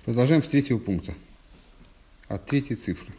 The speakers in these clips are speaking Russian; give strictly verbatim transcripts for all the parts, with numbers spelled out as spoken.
Продолжаем с третьего пункта. От третьей цифры.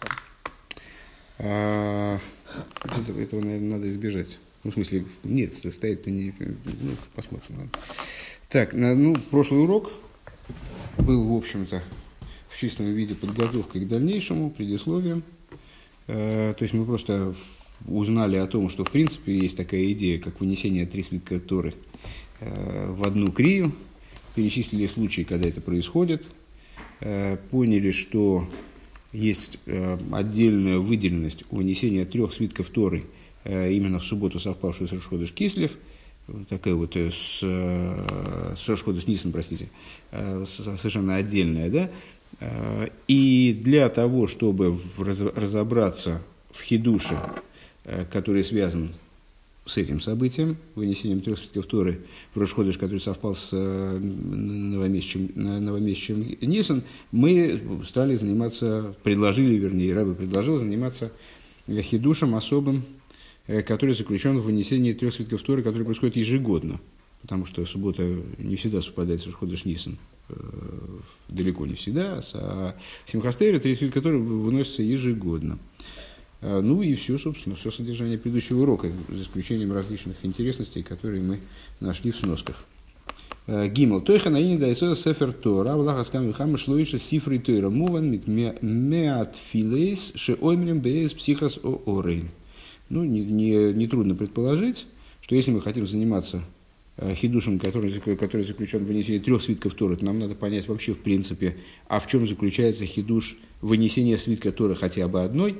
А, этого, этого, наверное, надо избежать. Ну, в смысле, нет, стоит-то не... Ну, посмотрим. Ладно. Так, ну, прошлый урок был, в общем-то, в чистом виде подготовкой к дальнейшему, предисловием. А, то есть мы просто узнали о том, что, в принципе, есть такая идея, как вынесение три свитка Торы а, в одну крию. Перечислили случаи, когда это происходит, поняли, что есть отдельная выделенность у вынесения трех свитков Торы именно в субботу, совпавшую с Рош ходеш Кислев, такая вот с, с Рош ходеш Нисан, простите, совершенно отдельная, да? И для того, чтобы разобраться в хидуше, который связан с этим событием, вынесением трех свитков Торы в Рош ходеш, который совпал с новомесячем, новомесячем Нисан, мы стали заниматься, предложили, вернее, Рабби предложил заниматься хидушем особым, который заключен в вынесении трех свитков Торы, который происходит ежегодно, потому что суббота не всегда совпадает с Рош ходеш Нисан, далеко не всегда, а в Симхас Тейра три свитка Торы выносятся ежегодно. Ну и все, собственно, все содержание предыдущего урока, за исключением различных интересностей, которые мы нашли в сносках. Гимл. Тойха наини дайсоя сефер Тора, влахаскам вихам шлоиша сифрей Тойра муван меат филейс шеоймрем бейс психас оорейн. Ну, не, не, не трудно предположить, что если мы хотим заниматься хидушем, который, который заключен в вынесении трех свитков Торы, то нам надо понять вообще, в принципе, а в чем заключается хидуш вынесения свитка Торы хотя бы одной,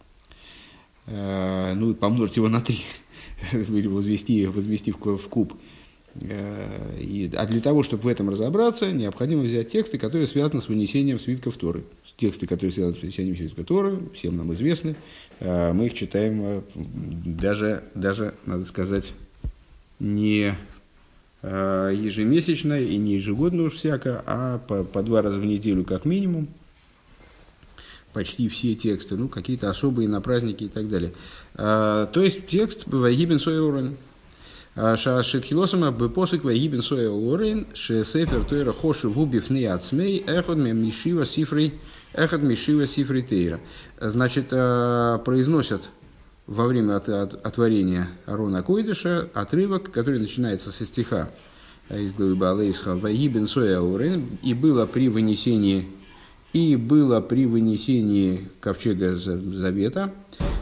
ну, помножить его на три, или возвести, возвести в, в куб. И, а для того, чтобы в этом разобраться, необходимо взять тексты, которые связаны с вынесением свитков Торы. Тексты, которые связаны с вынесением свитков Торы, всем нам известны. Мы их читаем даже, даже надо сказать, не ежемесячно и не ежегодно уж всяко, а по, по два раза в неделю как минимум. Почти все тексты, ну, какие-то особые на праздники и так далее. А, то есть текст «Вайгибен соя орен». «Шашетхилосама бепосык вайгибен соя орен, шесефер тойра хоши вубив не ацмей, эхот мишива сифрей, эхот мишива сифрей тейра». Значит, произносят во время отворения Арона Койдыша отрывок, который начинается со стиха из главы Баалейсха «Вайгибен соя орен», и было при вынесении И было при вынесении ковчега завета,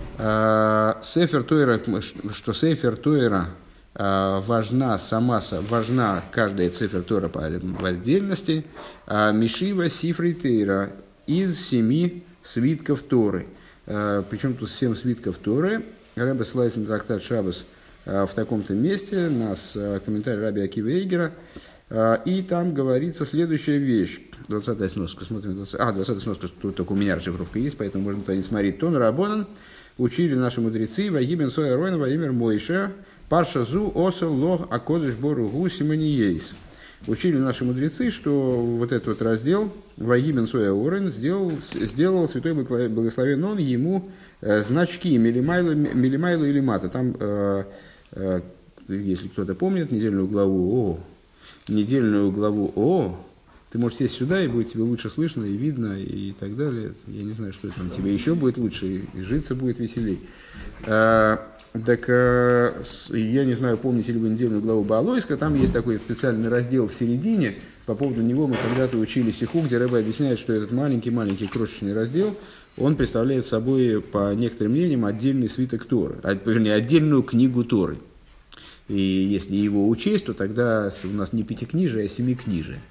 Сефер Тойра, что Сефер Тойра важна сама, важна каждая Сефер Тойра в отдельности, Мишива Сифрей Тейра из семи свитков Торы. Причем тут семь свитков Торы. Ребе ссылается на трактат Шаббос в таком-то месте, нас комментарий Раби Акива Эйгера. И там говорится следующая вещь. двадцатая сноска. Смотрим, двадцатая, а, двадцатая сноска, тут только у меня расшифровка есть, поэтому можно туда не смотреть. Тон Рабонан учили наши мудрецы Вагибен Соя Ройна Ваимер Мойша Парша Зу Осел Лох Акодыш Бору Гу Симониейс. Учили наши мудрецы, что вот этот вот раздел Вагибен Соя Орен сделал, сделал святой благословен он ему э, значки Милимайлу, Милимайлу или Мата. Там, э, э, если кто-то помнит, недельную главу О. недельную главу О, ты можешь сесть сюда, и будет тебе лучше слышно, и видно, и так далее. Я не знаю, что там тебе еще будет лучше, и житься будет веселей. А, так, а, я не знаю, помните ли вы недельную главу Баалойска, там есть такой специальный раздел в середине, по поводу него мы когда-то учили сиху, где Ребе объясняет, что этот маленький-маленький крошечный раздел, он представляет собой, по некоторым мнениям, отдельный свиток Торы, а, вернее, отдельную книгу Торы. И если его учесть, то тогда у нас не пятикнижие, а семикнижие.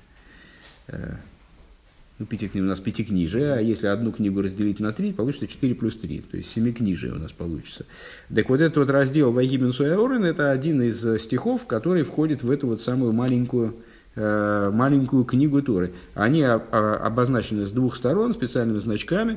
Ну, пятикнижие, у нас пятикнижие, а если одну книгу разделить на три, получится четыре плюс три, то есть семикнижие у нас получится. Так вот этот вот раздел «Вайгибен соя орен» – это один из стихов, который входит в эту вот самую маленькую, маленькую книгу Торы. Они обозначены с двух сторон специальными значками,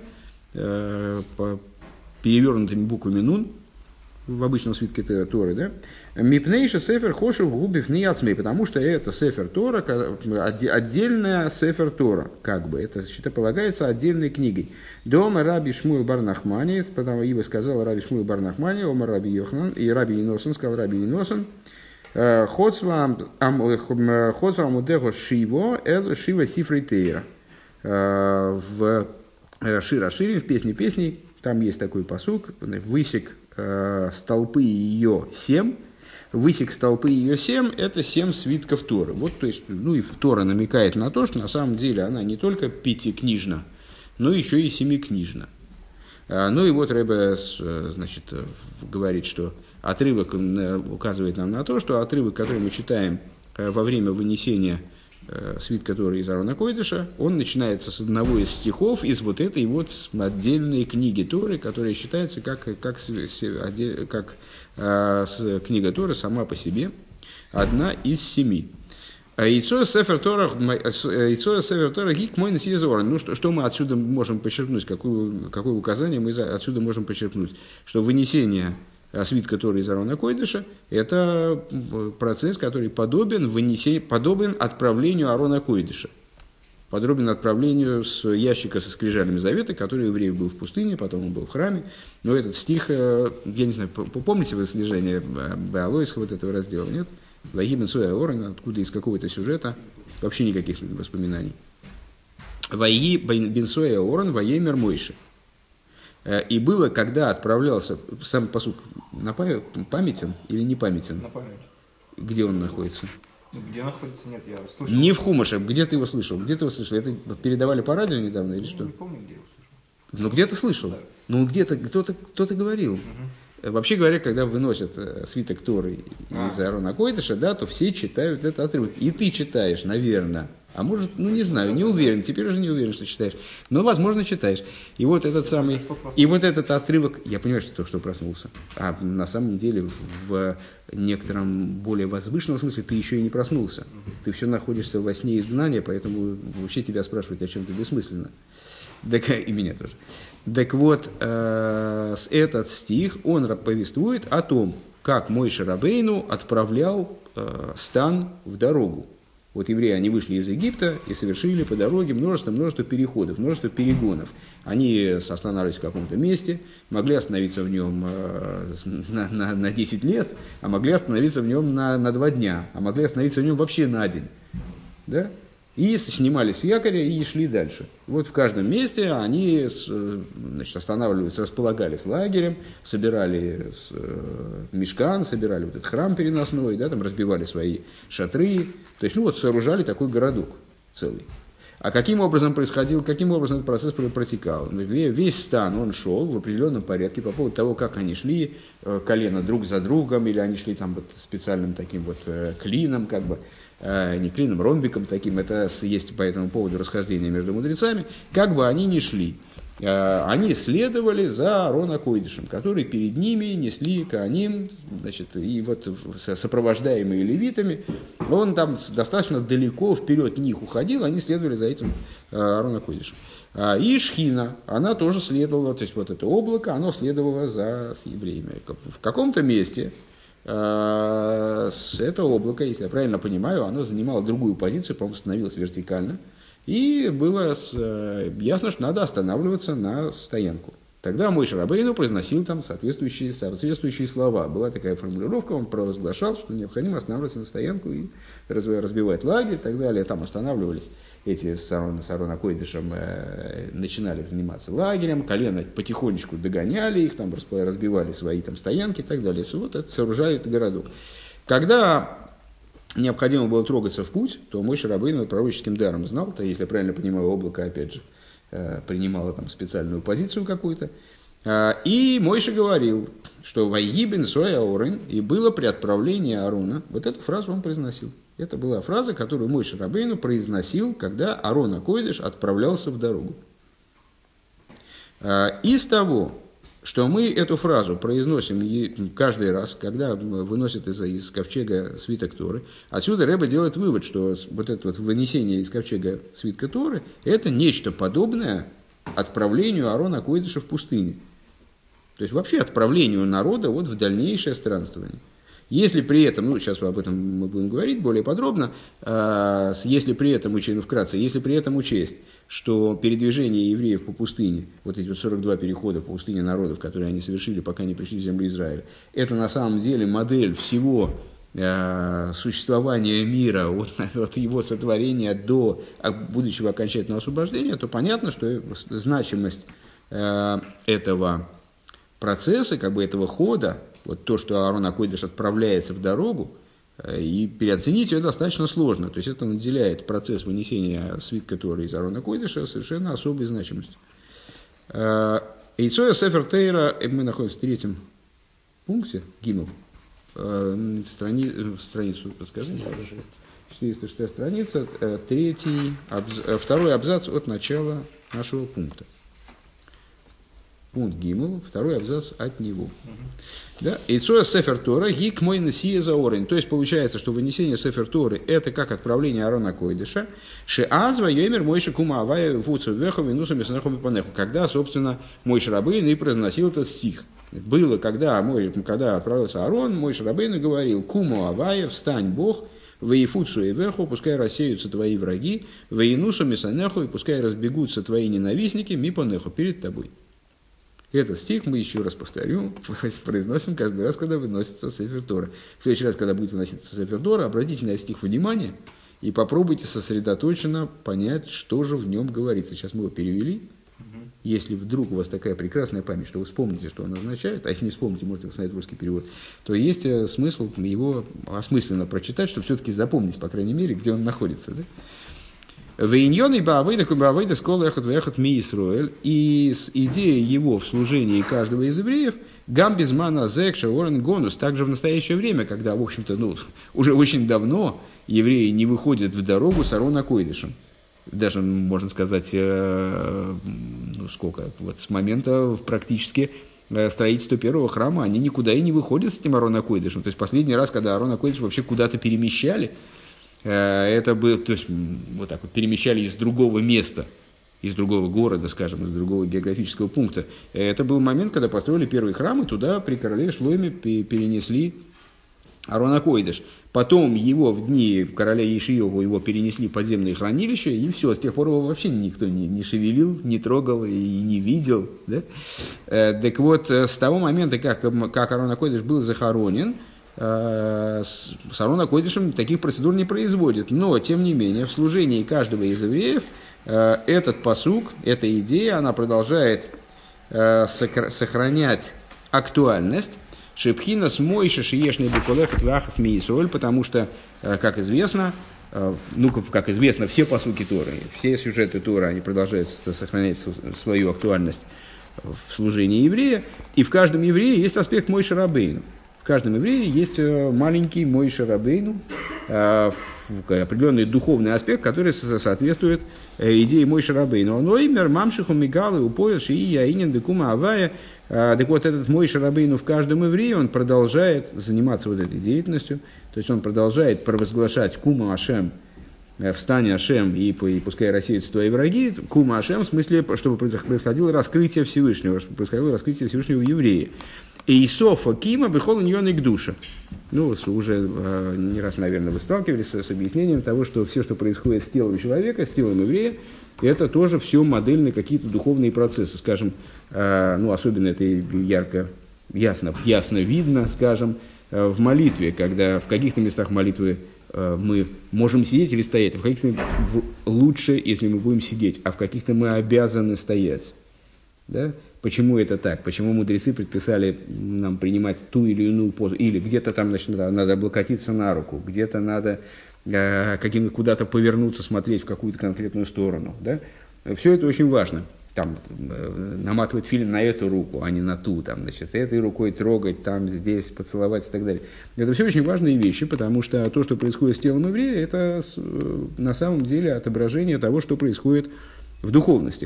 перевернутыми буквами «нун», в обычном свитке Торы, да? Мипнейша сефер хошев губив ниацмей, потому что это сефер Тора, отдельная сефер Тора, как бы, это полагается отдельной книгой. Дома Раби Шмуэл бар Нахмани, потому ибо сказал Раби Шмуэл бар Нахмани, ома Раби Йохнан, и Раби Иносан, сказал Раби Иносан, ходсва амудего шиво, эл шива сифрей тейра. в Шир Аширим, в песне песней, там есть такой пасук: «Высек столпы ее семь». Высек столпы ее семь – это семь свитков Торы. Вот, то есть, ну, и Тора намекает на то, что на самом деле она не только пятикнижна, но еще и семикнижна. Ну и вот Ребе, значит, говорит, что отрывок указывает нам на то, что отрывок, который мы читаем во время вынесения свитка Торы из Аарона Койдыша, он начинается с одного из стихов из вот этой вот отдельной книги Торы, которая считается как, как, как э, книга Торы сама по себе, одна из семи. Яйцо Сефер Тора гик мой насизор. Ну, что, что мы отсюда можем почерпнуть, какое, какое указание мы отсюда можем почерпнуть? Что вынесение свитка Торы из Аарона Койдыша – это процесс, который подобен, вынесению, подобен отправлению Аарона Койдыша. Подобен отправлению с ящика со скрижалями завета, который у евреев был в пустыне, потом он был в храме. Но этот стих, я не знаю, помните вы слежение Беалойска вот этого раздела, нет? Ваги бенсой аорон, откуда из какого-то сюжета, вообще никаких воспоминаний. Ваги бенсой аорон, ваемер Мойше. И было, когда отправлялся, сам пасук памятен или не памятен? На память. Где он находится? Где находится, нет, я слышал. Не в Хумаше, где ты его слышал? Где ты его слышал? Это передавали по радио недавно или что? Не помню, где его слышал. Ну, где ты слышал? Да. Ну, где-то кто-то, кто-то говорил. Угу. Вообще говоря, когда выносят свиток Торы а. из Аарона Койдыша, да, то все читают этот отрывок. И ты читаешь, наверное. А может, ну не знаю, не уверен, теперь уже не уверен, что читаешь. Но, возможно, читаешь. И вот этот самый, и вот этот отрывок, я понимаю, что только что проснулся. А на самом деле, в некотором более возвышенном смысле, ты еще и не проснулся. Ты все находишься во сне изгнания, поэтому вообще тебя спрашивать о чем-то бессмысленно. Так, и меня тоже. Так вот, э, этот стих, он повествует о том, как Мойше Рабейну отправлял э, стан в дорогу. Вот евреи, они вышли из Египта и совершили по дороге множество-множество переходов, множество перегонов. Они останавливались в каком-то месте, могли остановиться в нем э, на, на, на десять лет, а могли остановиться в нем на, на два дня, а могли остановиться в нем вообще на день. Да? И снимали с якоря и шли дальше. Вот в каждом месте они, значит, останавливались, располагались лагерем, собирали мишкан, собирали вот этот храм переносной, да, там разбивали свои шатры. То есть, ну вот, сооружали такой городок целый. А каким образом происходил, каким образом этот процесс протекал? Весь стан, он шел в определенном порядке по поводу того, как они шли, колено друг за другом, или они шли там вот специальным таким вот клином, как бы, не клином, ромбиком таким, это есть по этому поводу расхождение между мудрецами, как бы они ни шли. Они следовали за Аарона Койдышем, который перед ними несли коаним, значит, и вот сопровождаемые левитами, он там достаточно далеко вперед них уходил, они следовали за этим Аарона Койдышем. И Шхина, она тоже следовала, то есть вот это облако, оно следовало за с евреями. В каком-то месте это облако, если я правильно понимаю, оно занимало другую позицию, по-моему, становилось вертикально. И было ясно, что надо останавливаться на стоянку. Тогда Мойше Рабейну произносил там соответствующие, соответствующие слова. Была такая формулировка, он провозглашал, что необходимо останавливаться на стоянку и разбивать лагерь и так далее. Там останавливались эти с Аарона Койдышем, э, начинали заниматься лагерем, колено потихонечку догоняли их, там разбивали свои там стоянки и так далее. Вот это сооружали этот городок. Когда необходимо было трогаться в путь, то Мойше Рабейну пророческим даром знал, то, если я правильно понимаю, облако, опять же, принимало там специальную позицию какую-то. И Мойше говорил, что «Вайги бенсой аорон», и было при отправлении Аарона, вот эту фразу он произносил. Это была фраза, которую Мойше Рабейну произносил, когда Аарон ха-Койдеш отправлялся в дорогу. Из того, что мы эту фразу произносим каждый раз, когда выносят из, из ковчега свиток Торы, отсюда Ребе делает вывод, что вот это вот вынесение из ковчега свитка Торы – это нечто подобное отправлению Аарона ха-Койдеша в пустыне. То есть вообще отправлению народа вот в дальнейшее странствование. Если при этом, ну сейчас об этом мы будем говорить более подробно, э, если при этом, ну, вкратце, если при этом учесть, что передвижение евреев по пустыне, вот эти вот сорок два перехода по пустыне народов, которые они совершили, пока не пришли в землю Израиля, это на самом деле модель всего э, существования мира, от, от его сотворения до будущего окончательного освобождения, то понятно, что значимость э, этого процесса, как бы этого хода, вот то, что Аарон ха-Койдеш отправляется в дорогу, и переоценить ее достаточно сложно. То есть это наделяет процесс вынесения свитка Торы из Аарона ха-Койдеша совершенно особой значимостью. Эйцоя Сефер Тейра, мы находимся в третьем пункте, Гимл, страни, страницу, подскажи, четыреста шестая страница, третий, второй абзац от начала нашего пункта. Пункт Гимл, второй абзац от него. Да? Эйцоя Сефер Тора, гик мой несия за орен. То есть получается, что вынесение Сефер Торы это как отправление Аарона ха-Койдеша. Ше азва йомер мойши кума авая фуцу веху винусу месанаху панеху. Когда, собственно, Мойше Рабейну и произносил этот стих. Было, когда, когда отправился Аарон, Мойше Рабейну говорил: куму авая, встань Бог, веифуцу и веху, пускай рассеются твои враги, веинусу месанеху, и пускай разбегутся твои ненавистники, мипанеху, перед тобой. Этот стих мы, еще раз повторю, произносим каждый раз, когда выносится Сефер Тора. В следующий раз, когда будет выноситься Сефер Тора, обратите на стих внимание и попробуйте сосредоточенно понять, что же в нем говорится. Сейчас мы его перевели. Если вдруг у вас такая прекрасная память, что вы вспомните, что он означает, а если не вспомните, можете посмотреть русский перевод, то есть смысл его осмысленно прочитать, чтобы все-таки запомнить, по крайней мере, где он находится. Да? Вейньон и Баавейда, Кубаавейда, Скола, Эхот, Вехот, Ми Исроэль. И с идеей его в служении каждого из евреев, Гамбизмана, Зекша, Орен, Гонус, также в настоящее время, когда, в общем-то, ну, уже очень давно евреи не выходят в дорогу с Аарон ха-Койдешем. Даже, можно сказать, э, ну, сколько, вот с момента практически строительства первого храма, они никуда и не выходят с этим Аарон ха-Койдешем. То есть, последний раз, когда Аарон ха-Койдеш вообще куда-то перемещали, это было, то есть, вот так вот перемещали из другого места, из другого города, скажем, из другого географического пункта. Это был момент, когда построили первый храм, и туда при короле Шломе перенесли Аарон ха-Койдеш. Потом его в дни короля Йешиягу его перенесли в подземные хранилища, и все, с тех пор его вообще никто не, не шевелил, не трогал и не видел. Да? Так вот, с того момента, как, как Аарон ха-Койдеш был захоронен, с Аарон ха-Койдешем таких процедур не производит. Но, тем не менее, в служении каждого из евреев этот пасук, эта идея, она продолжает сохранять актуальность. Шепхина с Мойше шиешный беколехат вахас миисоль, потому что, как известно, ну, как известно, все пасуки Торы, все сюжеты Торы, они продолжают сохранять свою актуальность в служении еврея, и в каждом еврее есть аспект Мойше Рабейну. В каждом еврее есть маленький Мойше Рабейну, определенный духовный аспект, который соответствует идее Мойше Рабейну. Ноймер, мамшиху, мигалы, упоя, шии, яинин, декума, авая. Так вот, этот Мойше Рабейну в каждом еврее, он продолжает заниматься вот этой деятельностью, то есть он продолжает провозглашать кума Ашем, встань Ашем, и, и пускай рассеются твои враги, кума Ашем, в смысле, чтобы происходило раскрытие Всевышнего, чтобы происходило раскрытие Всевышнего в евреи. И Исофа Кима бихол ньоны к душе. Ну, уже э, не раз, наверное, вы сталкивались с, с объяснением того, что все, что происходит с телом человека, с телом еврея, это тоже все модельные какие-то духовные процессы. Скажем, э, ну, особенно это ярко, ясно, ясно видно, скажем, э, в молитве, когда в каких-то местах молитвы э, мы можем сидеть или стоять, а в каких-то лучше, если мы будем сидеть, а в каких-то мы обязаны стоять. Да? Почему это так? Почему мудрецы предписали нам принимать ту или иную позу? Или где-то там, значит, надо, надо облокотиться на руку, где-то надо э, каким, куда-то повернуться, смотреть в какую-то конкретную сторону. Да? Все это очень важно. Там, э, наматывать филин на эту руку, а не на ту. Там, значит, этой рукой трогать, там, здесь поцеловать и так далее. Это все очень важные вещи, потому что то, что происходит с телом еврея, это э, на самом деле отображение того, что происходит в духовности.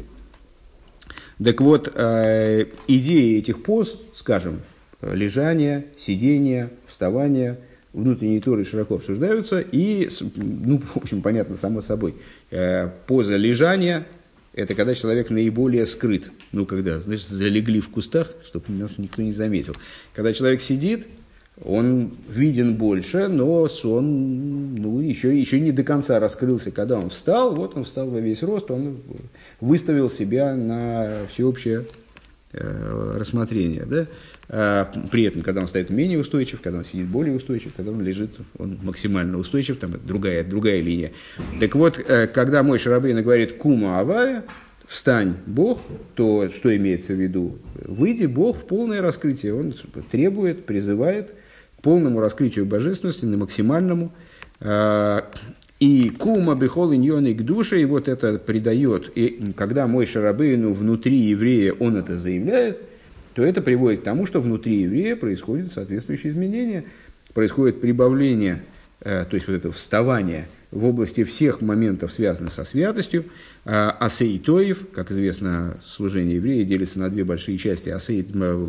Так вот, э, идеи этих поз, скажем, лежание, сидение, вставание, внутренние торы широко обсуждаются, и, ну, в общем, понятно, само собой, э, поза лежания – это когда человек наиболее скрыт, ну, когда, значит, залегли в кустах, чтобы нас никто не заметил. Когда человек сидит, он виден больше, но он ну, еще, еще не до конца раскрылся. Когда он встал, вот он встал во весь рост, он выставил себя на всеобщее рассмотрения. Да? При этом, когда он стоит менее устойчив, когда он сидит более устойчив, когда он лежит, он максимально устойчив, там это другая, другая линия. Так вот, когда Моше Рабейну говорит «Кума Авая», «Встань, Бог», то что имеется в виду? Выйди, Бог, в полное раскрытие. Он требует, призывает к полному раскрытию божественности, на максимальному. И «Кума бихол иньоны к душе», и вот это придает. И когда Моше Рабейну внутри еврея он это заявляет, то это приводит к тому, что внутри еврея происходит соответствующее изменение, происходит прибавление, то есть вот это вставание в области всех моментов, связанных со святостью. Асей Тоев, как известно, служение еврея делится на две большие части. Асей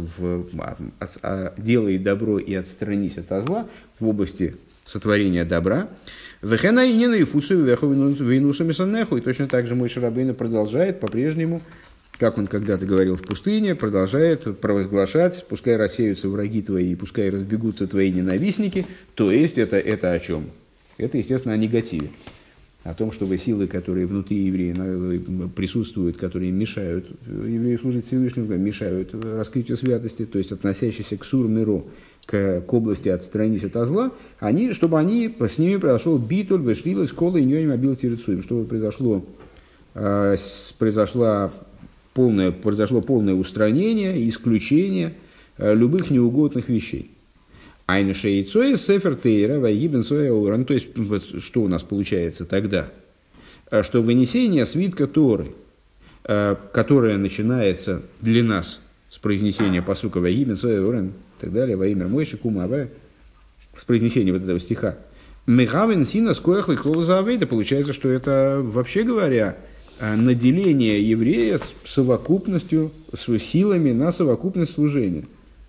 делает добро и отстранись от зла в области сотворения добра. Вехена и нена и фуцию веху вейнусами саннеху. И точно так же Моше Рабейну продолжает по-прежнему, как он когда-то говорил в пустыне, продолжает провозглашать: пускай рассеются враги твои, пускай разбегутся твои ненавистники. То есть это, это о чем? Это, естественно, о негативе. О том, чтобы силы, которые внутри еврея присутствуют, которые мешают еврею служить Всевышнему, мешают раскрытию святости, то есть относящиеся к сур-миру, к, к области «отстранись от зла», они, чтобы они, с ними произошел битуль, вышлилась, кола и нёним обил тирицуем, чтобы произошло, э, произошло, полное, произошло полное устранение, исключение э, любых неугодных вещей. Айнуша и Цоя Сефер Тейра, Вайгибен Соя Уран. То есть, что у нас получается тогда? Что вынесение свитка Торы, которое начинается для нас с произнесения пасука Вайгибен Соя Уран, и так далее, во имя Мойши, Кума Авая, с произнесения вот этого стиха, Мегавен Сина Скоях Ликлова Заавейда, получается, что это, вообще говоря, наделение еврея совокупностью, с силами на совокупность служения.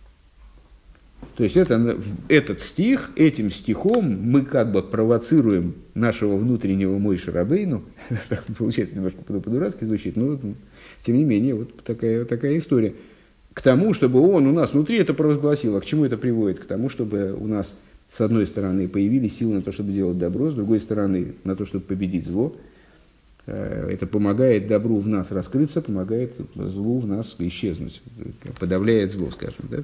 То есть это, этот стих, этим стихом мы как бы провоцируем нашего внутреннего Моше Рабейну, так получается немножко по-дурацки звучит, но тем не менее вот такая, такая история, к тому, чтобы он у нас внутри это провозгласил. А к чему это приводит? К тому, чтобы у нас с одной стороны появились силы на то, чтобы делать добро, с другой стороны на то, чтобы победить зло. Это помогает добру в нас раскрыться, помогает злу в нас исчезнуть, подавляет зло, скажем, да?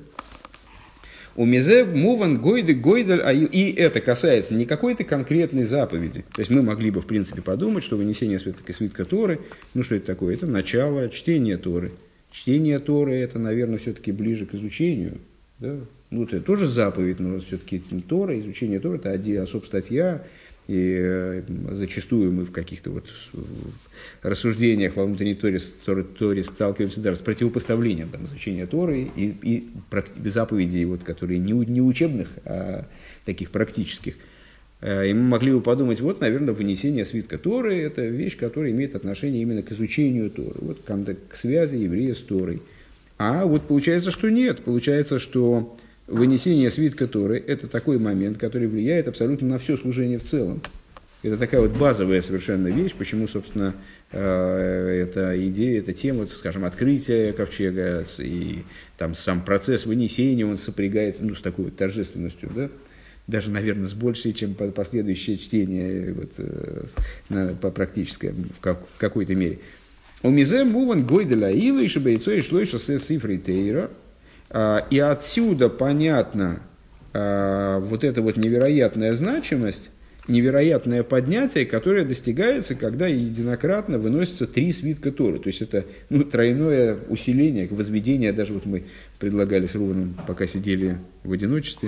Умизе муван гойды гойдаль аил. И это касается не какой-то конкретной заповеди. То есть мы могли бы, в принципе, подумать, что вынесение свитка, свитка Торы, ну что это такое? Это начало чтения Торы. Чтение Торы, это, наверное, все-таки ближе к изучению. Да? Ну, это тоже заповедь, но все-таки Тора, изучение Торы, это особая статья. И зачастую мы в каких-то вот рассуждениях во внутренней Торе, Торе сталкиваемся даже с противопоставлением там, изучения Торы и, и заповедей, вот, которые не, не учебных, а таких практических. И мы могли бы подумать, вот, наверное, вынесение свитка Торы – это вещь, которая имеет отношение именно к изучению Торы, вот, к связи еврея с Торой. А вот получается, что нет. Получается, что вынесение свитка Торы – это такой момент, который влияет абсолютно на все служение в целом. Это такая вот базовая совершенно вещь, почему, собственно, эта идея, эта тема, скажем, открытия ковчега и там сам процесс вынесения, он сопрягается, ну, с такой вот торжественностью, да? Даже, наверное, с большей, чем последующее чтение вот, по практическое, в какой-то мере. «Умизе муван гойделя ила и шебейцой шло и шоссе сифрей тейра». И отсюда понятно вот эта вот невероятная значимость, невероятное поднятие, которое достигается, когда единократно выносятся три свитка Торы. То есть это, ну, тройное усиление, возведение. Даже вот мы предлагали с Руваном, пока сидели в одиночестве,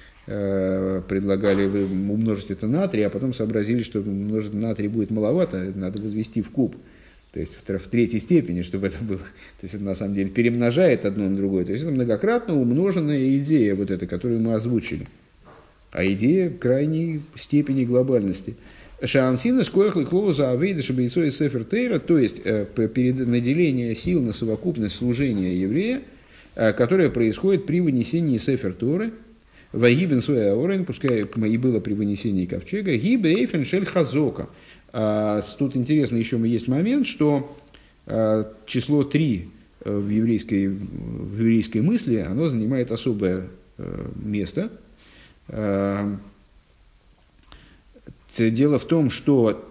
предлагали умножить это на три, а потом сообразили, что умножить на три будет маловато, надо возвести в куб. То есть в, в третьей степени, чтобы это было. То есть это на самом деле перемножает одно на другое. То есть это многократно умноженная идея, вот эта, которую мы озвучили. А идея крайней степени глобальности. Шаансина шкоях лихлова за авейда шабейцо и сефер тейра, то есть перед наделение сил на совокупность служения еврея, которое происходит при вынесении сефер Торы, вайгибен соя аорен, пускай и было при вынесении ковчега, гибе эйфен шель хазока. Тут интересно еще есть момент, что число три в еврейской, в еврейской мысли, оно занимает особое место. Дело в том, что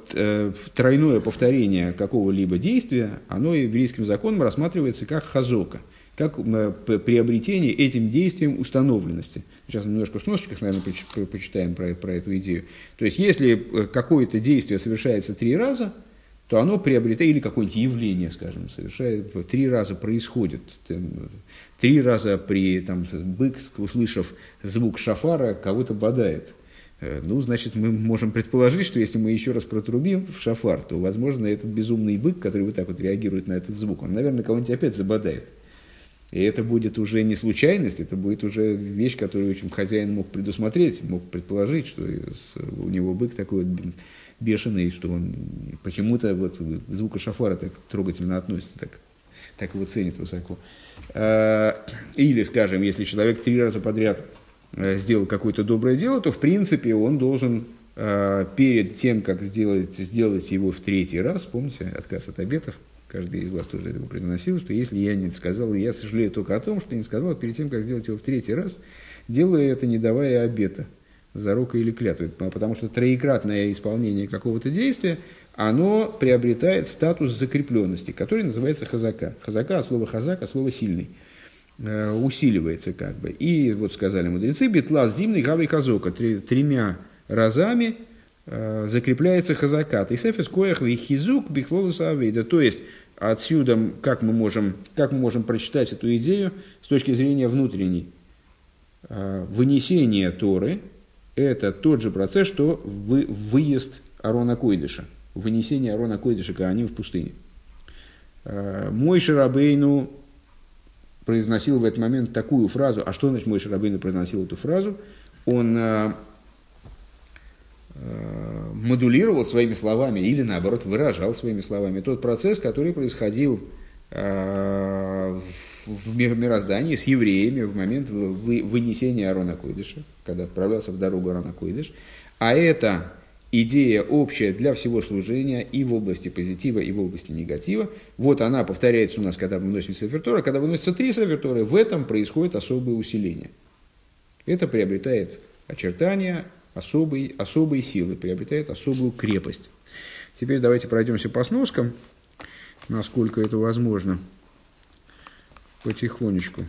тройное повторение какого-либо действия, оно еврейским законом рассматривается как хазока, как приобретение этим действием установленности. Сейчас немножко в сносочках, наверное, почитаем про, про эту идею. То есть, если какое-то действие совершается три раза, то оно приобретает, или какое-нибудь явление, скажем, совершает, три раза происходит. Три раза при, там, бык, услышав звук шафара, кого-то бодает. Ну, значит, мы можем предположить, что если мы еще раз протрубим в шафар, то, возможно, этот безумный бык, который вот так вот реагирует на этот звук, он, наверное, кого-нибудь опять забодает. И это будет уже не случайность, это будет уже вещь, которую очень хозяин мог предусмотреть, мог предположить, что у него бык такой вот бешеный, что он почему-то вот к звуку шафара так трогательно относится, так, так его ценит высоко. Или, скажем, если человек три раза подряд сделал какое-то доброе дело, то, в принципе, он должен перед тем, как сделать, сделать его в третий раз, помните, отказ от обетов, каждый из вас тоже этого произносил, что если я не сказал, я сожалею только о том, что не сказал, перед тем, как сделать его в третий раз, делаю это, не давая обета, зарока или клятвы. Потому что троекратное исполнение какого-то действия, оно приобретает статус закрепленности, который называется хазака. Хазака от слова хазак, от слова сильный. Э, усиливается как бы. И вот сказали мудрецы, битлас зимный гавый хазока, тремя разами э, закрепляется хазака. Тейсефес коях вихизук бихлолуса авейда. То есть, отсюда, как мы, можем, как мы можем прочитать эту идею с точки зрения внутренней. Э, вынесение Торы – это тот же процесс, что вы, выезд Арона Койдыша, вынесение Арона Койдыша Коаним в пустыне. Э, Мойше Рабейну произносил в этот момент такую фразу. А что значит Мойше Рабейну произносил эту фразу? Он э, э, модулировал своими словами или, наоборот, выражал своими словами тот процесс, который происходил э, в мироздании с евреями в момент вы, вынесения Арона Койдыша, когда отправлялся в дорогу Арона Койдыш. А это идея общая для всего служения и в области позитива, и в области негатива. Вот она повторяется у нас, когда выносится Сефер Тора. Когда выносятся три Сефер Торы, в этом происходит особое усиление. Это приобретает очертания особой, особой силы, приобретает особую крепость. Теперь давайте пройдемся по сноскам, насколько это возможно, потихонечку.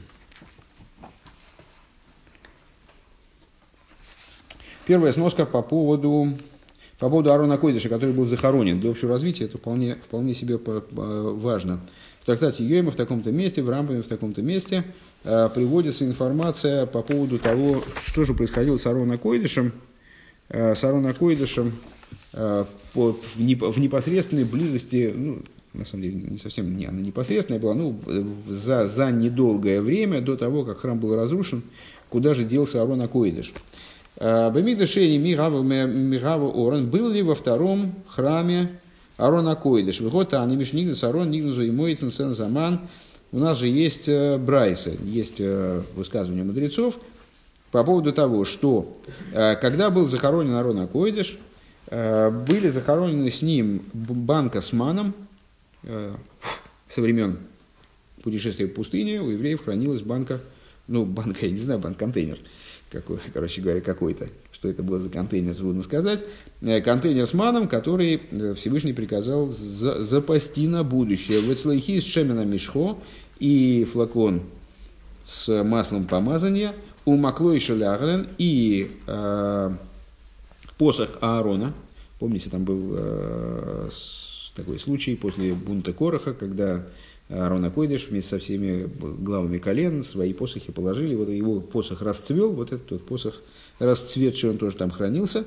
Первая сноска по поводу... По поводу Арона Койдыша, который был захоронен. Для общего развития это вполне, вполне себе важно. В трактате Йойма в таком-то месте, в Рамбаме в таком-то месте э, приводится информация по поводу того, что же происходило с Арона Койдышем, э, с Арона Койдышем э, по, в, не, в непосредственной близости, ну, на самом деле не совсем не, она непосредственная была, ну, за, за недолгое время до того, как храм был разрушен, куда же делся Арон Койдыш. Бемигдашени Мигаву Оран был ли во втором храме Арона Койдыш? Выхода они Мишнигдас Арон Нигдазу и Моицен Сен Заман. У нас же есть брайса, есть высказывания мудрецов по поводу того, что когда был захоронен Арон Койдыш, были захоронены с ним банка с маном. Со времен путешествия в пустыне у евреев хранилась банка, ну банка, я не знаю, банк-контейнер. Какой, короче говоря, какой-то. Что это было за контейнер, трудно сказать. Контейнер с маном, который Всевышний приказал за, запасти на будущее. Вецлайхи с шемена мишхо и флакон с маслом помазания, у маклой шалягрен и э, посох Аарона. Помните, там был э, такой случай после бунта Кораха, когда Арон Койдыш вместе со всеми главами колен свои посохи положили. Вот его посох расцвел, вот этот вот посох расцветший, он тоже там хранился.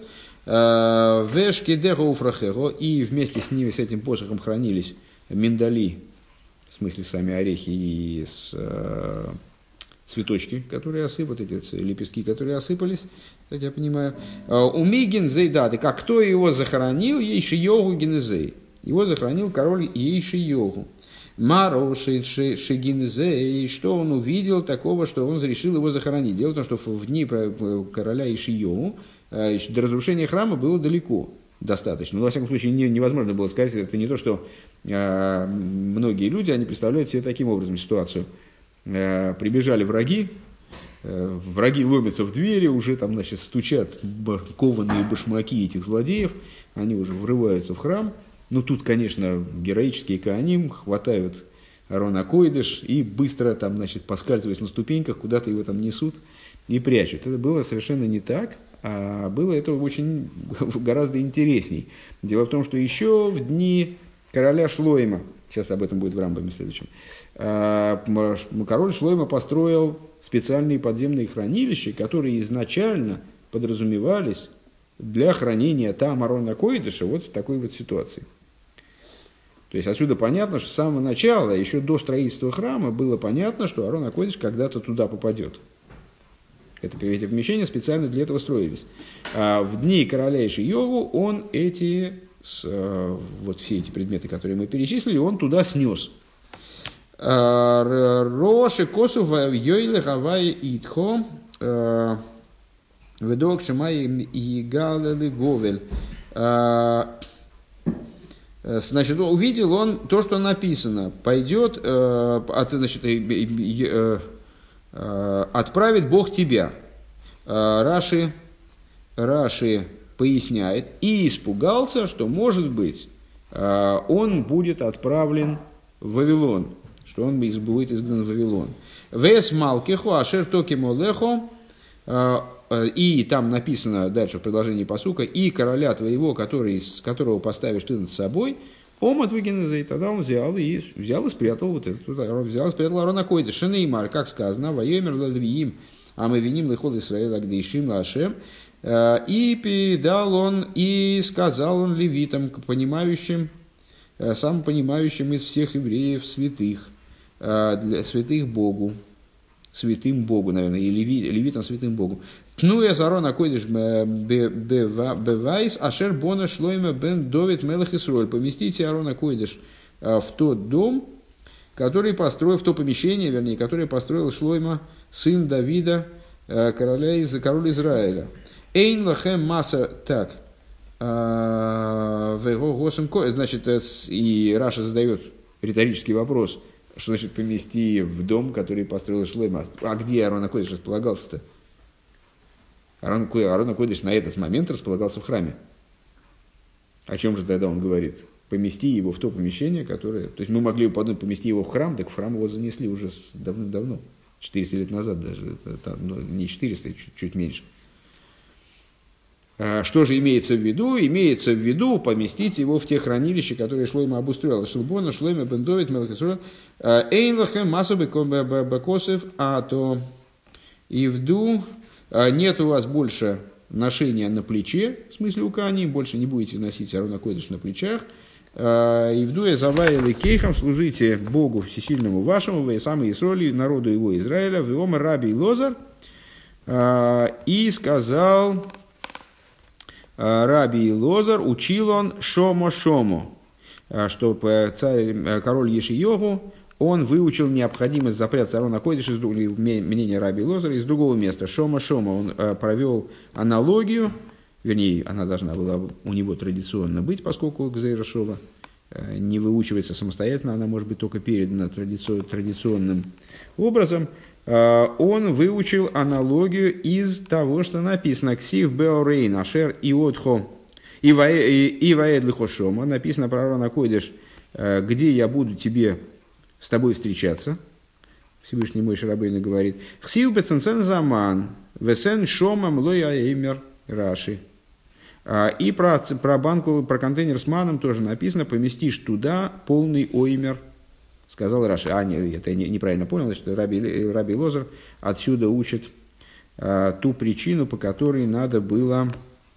И вместе с ними, с этим посохом хранились миндали, в смысле сами орехи и с, э, цветочки, которые осыпали, эти лепестки, которые осыпались, так я понимаю. Умигин зейдаты, как кто его захоронил, Ейшийогу генезей. Его захоронил король Ейшийогу. Мароши Шигинзе, что он увидел такого, что он решил его захоронить. Дело в том, что в дни короля Ишийогу до разрушения храма было далеко достаточно. Но, во всяком случае, невозможно было сказать, это не то, что многие люди, они представляют себе таким образом ситуацию. Прибежали враги, враги ломятся в двери, уже там, значит, стучат кованые башмаки этих злодеев, они уже врываются в храм. Ну, тут, конечно, героические коаним хватают Арон АКойдыш и быстро там, значит, поскальзываясь на ступеньках, куда-то его там несут и прячут. Это было совершенно не так, а было это очень гораздо интересней. Дело в том, что еще в дни короля Шлойма, сейчас об этом будет в Рамбаме следующем, король Шлойма построил специальные подземные хранилища, которые изначально подразумевались для хранения там Арона АКойдыша вот в такой вот ситуации. То есть отсюда понятно, что с самого начала, еще до строительства храма, было понятно, что Арон АКойдыш когда-то туда попадет. Это, эти помещения специально для этого строились. А в дни короля Ишайогу он эти, вот все эти предметы, которые мы перечислили, он туда снес. Роши косу в йойле хавай итхо ведок шамай и галели вовель. Значит, увидел он то, что написано. Пойдет, э, от, значит, э, э, э, отправит Бог тебя. Э, Раши, Раши поясняет. И испугался, что, может быть, э, он будет отправлен в Вавилон. Что он будет изгнан в Вавилон. Вес малкеху ашер токи молехо. И там написано дальше в продолжении пасука, и короля твоего, который, которого поставишь ты над собой, ом отвыгин, и тогда он взял и взял и спрятал вот это, взял и спрятал Арон АКойдыш. Шенеймар, как сказано, воемер лавиим, а мы виним лихол Исраэль агдейшим лашем. И передал он, и сказал он левитам, понимающим, самым понимающим из всех евреев святых, для святых Богу. Святым Богу, наверное, и леви, левитам святым Богу. Тну я Арон АКойдыш бевайс, ашер бона шлойма бен довид мелах Исроэль. Поместите Арон АКойдыш в тот дом, который построил, в то помещение, вернее, которое построил Шлойма, сын Давида, короля из, король Израиля. Эйн лахем масса, так, значит, и Раша задает риторический вопрос, что значит помести в дом, который построил Шлойма. А где Арон АКойдыш располагался-то? Арон АКойдыш на этот момент располагался в храме. О чем же тогда он говорит? Помести его в то помещение, которое... То есть мы могли бы подумать, помести его в храм, так в храм его занесли уже давным-давно. четыреста лет назад даже. Это, ну, не четыреста, чуть, чуть меньше. Что же имеется в виду? Имеется в виду поместить его в те хранилища, которые Шлойма обустроил. Шлбона, Шлойма, Бен Довид, Мелах Исроэль. Эйнлахем, Масу Бекосев, а то Ивду. Нет у вас больше ношения на плече, в смысле у Кани, больше не будете носить Арон АКойдыш на плечах. Ивду я заваял и кейхам, служите Богу всесильному вашему, вы самые Исроли, народу его Израиля, в Иома Раби Лозар. И сказал... Раби Лозар, учил он шомо-шомо, что царь, король Ешайогу, он выучил необходимость запрятать Арон АКойдыш, мнение Раби Лозара, из другого места. Шомо-шомо, он провел аналогию, вернее, она должна была у него традиционно быть, поскольку Гзейра Шова не выучивается самостоятельно, она может быть только передана традиционным образом. Он выучил аналогию из того, что написано «Ксив беорейн ашер иотхо и ваэд лихошома». Написано про Арон АКойдыш, где я буду тебе с тобой встречаться. Всевышний мой Рабейну говорит «Ксив беценцен заман весен шомам лоя эймер раши». И про, про банку, про контейнер с маном тоже написано «Поместишь туда полный оймер». Сказал Раши, а нет, это я неправильно понял, значит, Раби, Раби Лозар отсюда учит а, ту причину, по которой надо было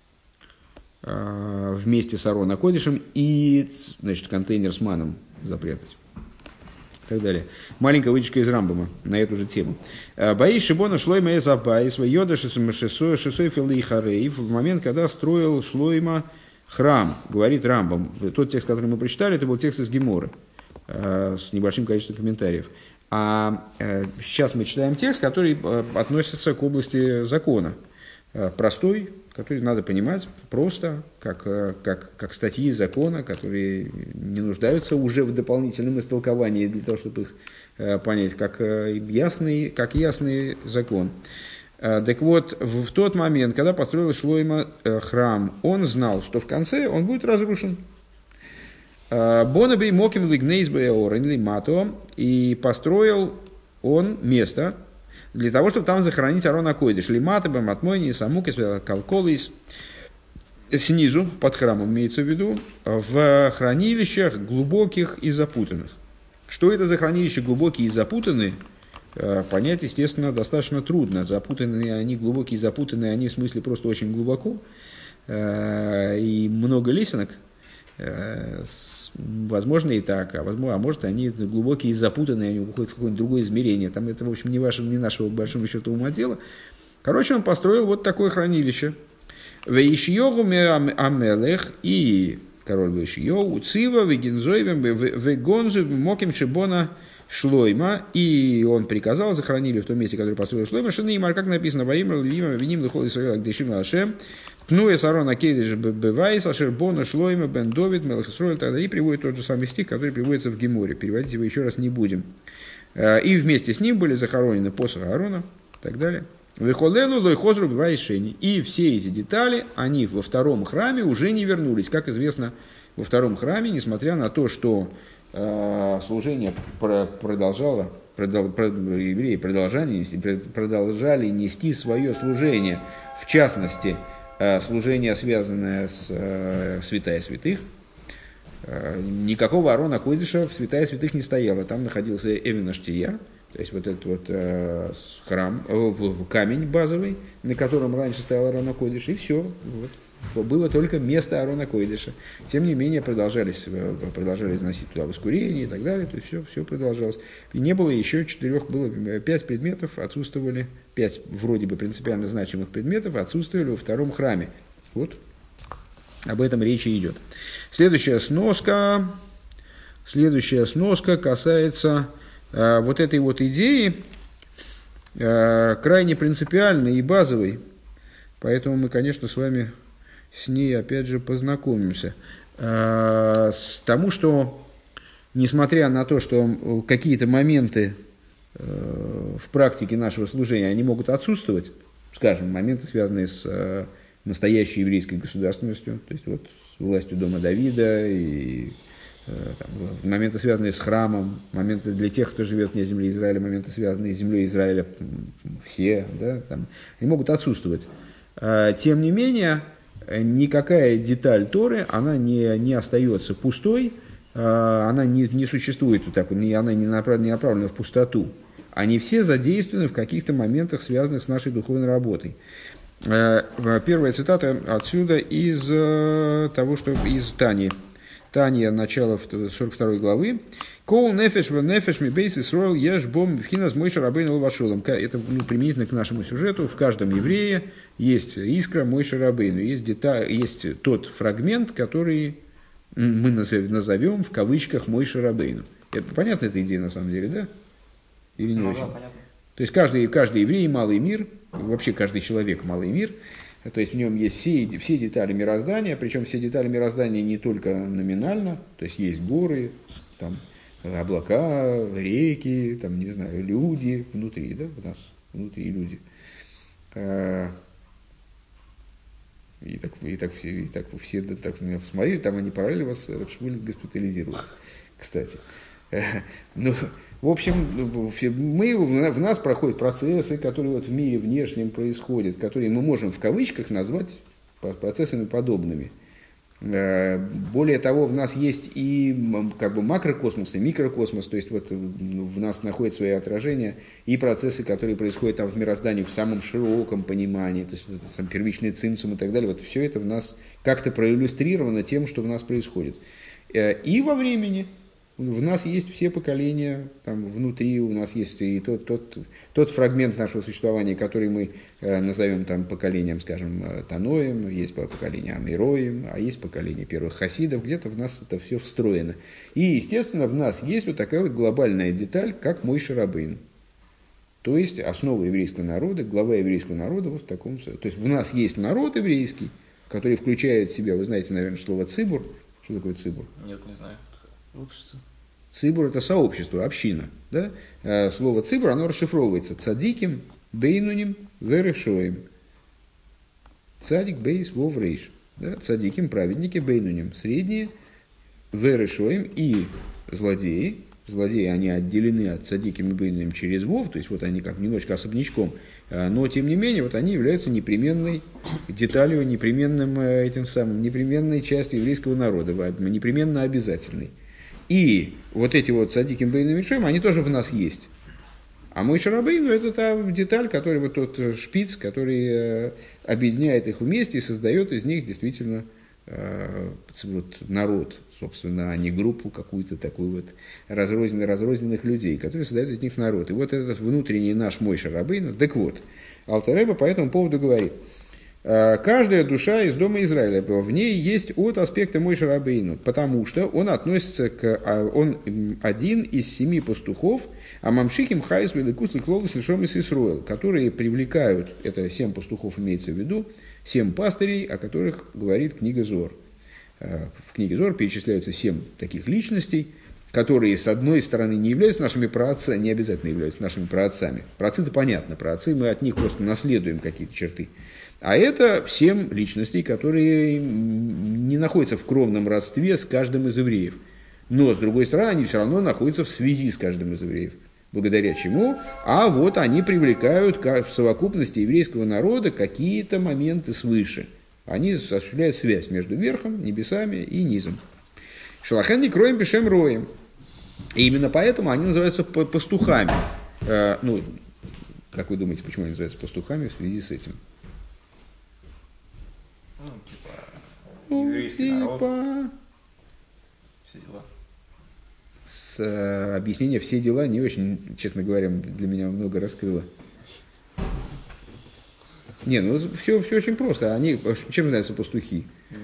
а, вместе с Арон АКойдышем и, значит, контейнер с маном запрятать. И так далее. Маленькая вытяжка из Рамбама на эту же тему. Баи Шибона Шлойма Эзабай, свой йода шесой филы харей, в момент, когда строил Шлойма храм, говорит Рамбам. Тот текст, который мы прочитали, это был текст из Геморы с небольшим количеством комментариев. А сейчас мы читаем текст, который относится к области закона. Простой, который надо понимать просто, как, как, как статьи закона, которые не нуждаются уже в дополнительном истолковании для того, чтобы их понять, как ясный, как ясный закон. Так вот, в тот момент, когда построил Шлойма храм, он знал, что в конце он будет разрушен. Бонабей моким лигнейсбей оренли мато, и построил он место для того, чтобы там захоронить Арона Койдыш. Лимата, Баматмойни, Самуки, Калколис. Снизу, под храмом имеется в виду, в хранилищах глубоких и запутанных. Что это за хранилища глубокие и запутанные? Понять, естественно, достаточно трудно. Запутанные они, глубокие и запутанные они, в смысле просто очень глубоко. И много лесенок. Возможно и так, а, возможно, а может они глубокие и запутанные, они уходят в какое-нибудь другое измерение. Там это, в общем, не, ваше, не нашего, по большому счету, ума дела. Короче, он построил вот такое хранилище. Веишьёгу амелех, и король Веишьёгу, цива, вегензойвем, вегонзу, моким шибона шлойма, и он приказал, захоронили в том месте, которое построил шлойма, шанеймар, как написано, воимр, львима, виним, лихол, исраил, гдешим, лашем, тнуя сарона кейдиш бывайс, ашербона шлойма, бен довид, мелах исраил, тогда и приводит тот же самый стих, который приводится в Геморе. Переводить его еще раз не будем. И вместе с ним были захоронены посох Аарона, и так далее. Вехолелу лойхозру бивайшени. И все эти детали, они во втором храме уже не вернулись. Как известно, во втором храме, несмотря на то, что э, служение продолжало, продол, евреи продолжали, продолжали нести свое служение, в частности, э, служение, связанное с э, святая святых, э, никакого Арона Койдыша в святая святых не стояло. Там находился Эвен Аштия, то есть вот этот вот э, храм, э, камень базовый, на котором раньше стоял Арона Койдыш, и все. Вот. Было только место Арона Койдыша. Тем не менее, продолжались, продолжались носить туда воскурение и так далее. То есть все, все продолжалось. И не было еще четырех, было пять предметов, отсутствовали, пять вроде бы принципиально значимых предметов отсутствовали во втором храме. Вот об этом речи идет. Следующая сноска, следующая сноска касается вот этой вот идеи, крайне принципиальной и базовой, поэтому мы, конечно, с вами с ней опять же познакомимся. С тому, что, несмотря на то, что какие-то моменты в практике нашего служения, они могут отсутствовать, скажем, моменты, связанные с настоящей еврейской государственностью, то есть вот с властью дома Давида и там, моменты, связанные с храмом, моменты для тех, кто живет вне земли Израиля, моменты, связанные с землей Израиля, все, да, там, они могут отсутствовать. Тем не менее, никакая деталь Торы, она не, не остается пустой, она не, не существует, так, она не направлена, не направлена в пустоту. Они все задействованы в каких-то моментах, связанных с нашей духовной работой. Первая цитата отсюда из того, что из Тани. Таня, начало сорок второй главы. Кол нефеш в нефеш ми бейс Исроэл еш бом вхинас Мойше Рабейну лавашолом. Это ну, применительно к нашему сюжету. В каждом еврее есть искра Мойше Рабейну. Есть, деталь, есть тот фрагмент, который мы назовем в кавычках Мойше Рабейну. Это понятна эта идея на самом деле, да? Или не ну, очень? Да, понятно. То есть каждый, каждый еврей малый мир, вообще каждый человек малый мир. То есть в нем есть все, все детали мироздания, причем все детали мироздания не только номинально, то есть есть горы, там, облака, реки, там, не знаю, люди внутри, да, у нас внутри люди. И так, и так, и так все так меня посмотрели, там они параллельно вас Рабшмуль госпитализировались, кстати. Ну, в общем, мы, в нас проходят процессы, которые вот в мире внешнем происходят, которые мы можем в кавычках назвать процессами подобными. Более того, в нас есть и как бы макрокосмос, и микрокосмос, то есть вот в нас находят свои отражения и процессы, которые происходят там в мироздании в самом широком понимании, то есть это, сам первичный цимсум и так далее. Вот все это в нас как-то проиллюстрировано тем, что в нас происходит. И во времени. В нас есть все поколения, там, внутри у нас есть и тот, тот, тот фрагмент нашего существования, который мы э, назовем там, поколением, скажем, Таноем, есть поколение Амироем, а есть поколение первых хасидов, где-то в нас это все встроено. И, естественно, в нас есть вот такая вот глобальная деталь, как Мойше Рабейну. То есть основа еврейского народа, глава еврейского народа вот в таком... То есть в нас есть народ еврейский, который включает в себя, вы знаете, наверное, слово цибур. Что такое цибур? Нет, не знаю. Общество. Цибур – это сообщество, община. Да? Слово цибур, оно расшифровывается цадиким, бейнуним, верешоем. Цадик, бейс, вов, рейш. Да? Цадиким – праведники, бейнуним – средние, верешоим и злодеи. Злодеи, они отделены от цадиким и бейним через вов, то есть вот они как немножечко особнячком, но тем не менее вот они являются непременной деталью, непременным этим самым, непременной частью еврейского народа, непременно обязательной. И вот эти вот цадиким бейним мишоим, они тоже в нас есть. А Мойше Рабейну это та деталь, который вот тот шпиц, который объединяет их вместе и создает из них действительно вот народ, собственно, а не группу какую-то такую вот разрозненных, разрозненных людей, которые создают из них народ. И вот этот внутренний наш Мойше Рабейну, так вот, Алтер Ребе по этому поводу говорит, каждая душа из дома Израиля, в ней есть от аспекта Мойше Рабейну, потому что он относится к, он один из семи пастухов, а мамшихим хайс великус лихлолус лишом из Исруэл, которые привлекают, это семь пастухов имеется в виду, семь пастырей, о которых говорит книга Зоар. В книге Зоар перечисляются семь таких личностей, которые, с одной стороны, не являются нашими праотцами, не обязательно являются нашими праотцами. Праотцы-то понятно, праотцы мы от них просто наследуем какие-то черты. А это семь личностей, которые не находятся в кровном родстве с каждым из евреев. Но, с другой стороны, они все равно находятся в связи с каждым из евреев. Благодаря чему? А вот они привлекают в совокупности еврейского народа какие-то моменты свыше. Они осуществляют связь между верхом, небесами и низом. Шалахен никроем пишем роем. И именно поэтому они называются пастухами. Э, ну, как вы думаете, почему они называются пастухами в связи с этим? Ну, типа, еврейский ну, народ. Типа... Все дела. С, э, объяснение «все дела» не очень, честно говоря, для меня много раскрыло. Не, ну все, все очень просто. Они, чем занимаются пастухи?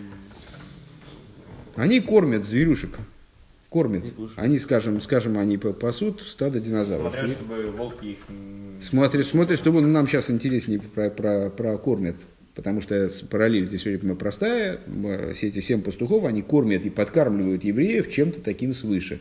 Они кормят зверюшек. Кормят. Они, скажем, скажем, они пасут стадо динозавров. Смотрят, чтобы волки их... Смотрят, смотрят, чтобы нам сейчас интереснее про, про, про кормят. Потому что параллель здесь очень простая. Все эти семь пастухов, они кормят и подкармливают евреев чем-то таким свыше.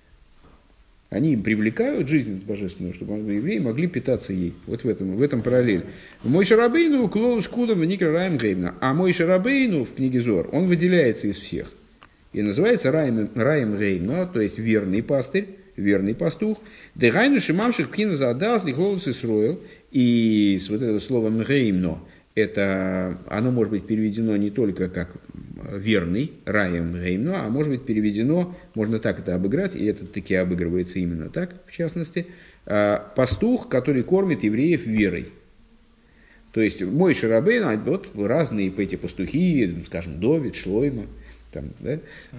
Они им привлекают жизнь божественную, чтобы евреи могли питаться ей. Вот в этом, в этом параллель. Мойше Рабейну клолус кудом в никра Раим Геймна. А Мойше Рабейну в книге Зоар, он выделяется из всех. И называется Раим, Раим Геймна, то есть верный пастырь, верный пастух. Дегайну шимамших пхина задаз лихлолус Исруэл. И с вот этого словом Геймно, это, оно может быть переведено не только как верный, раем геймно, а может быть переведено, можно так это обыграть, и это таки обыгрывается именно так, в частности, пастух, который кормит евреев верой. То есть Мойше Рабейну, вот разные эти пастухи, скажем, Довид, Шлойма, там, да,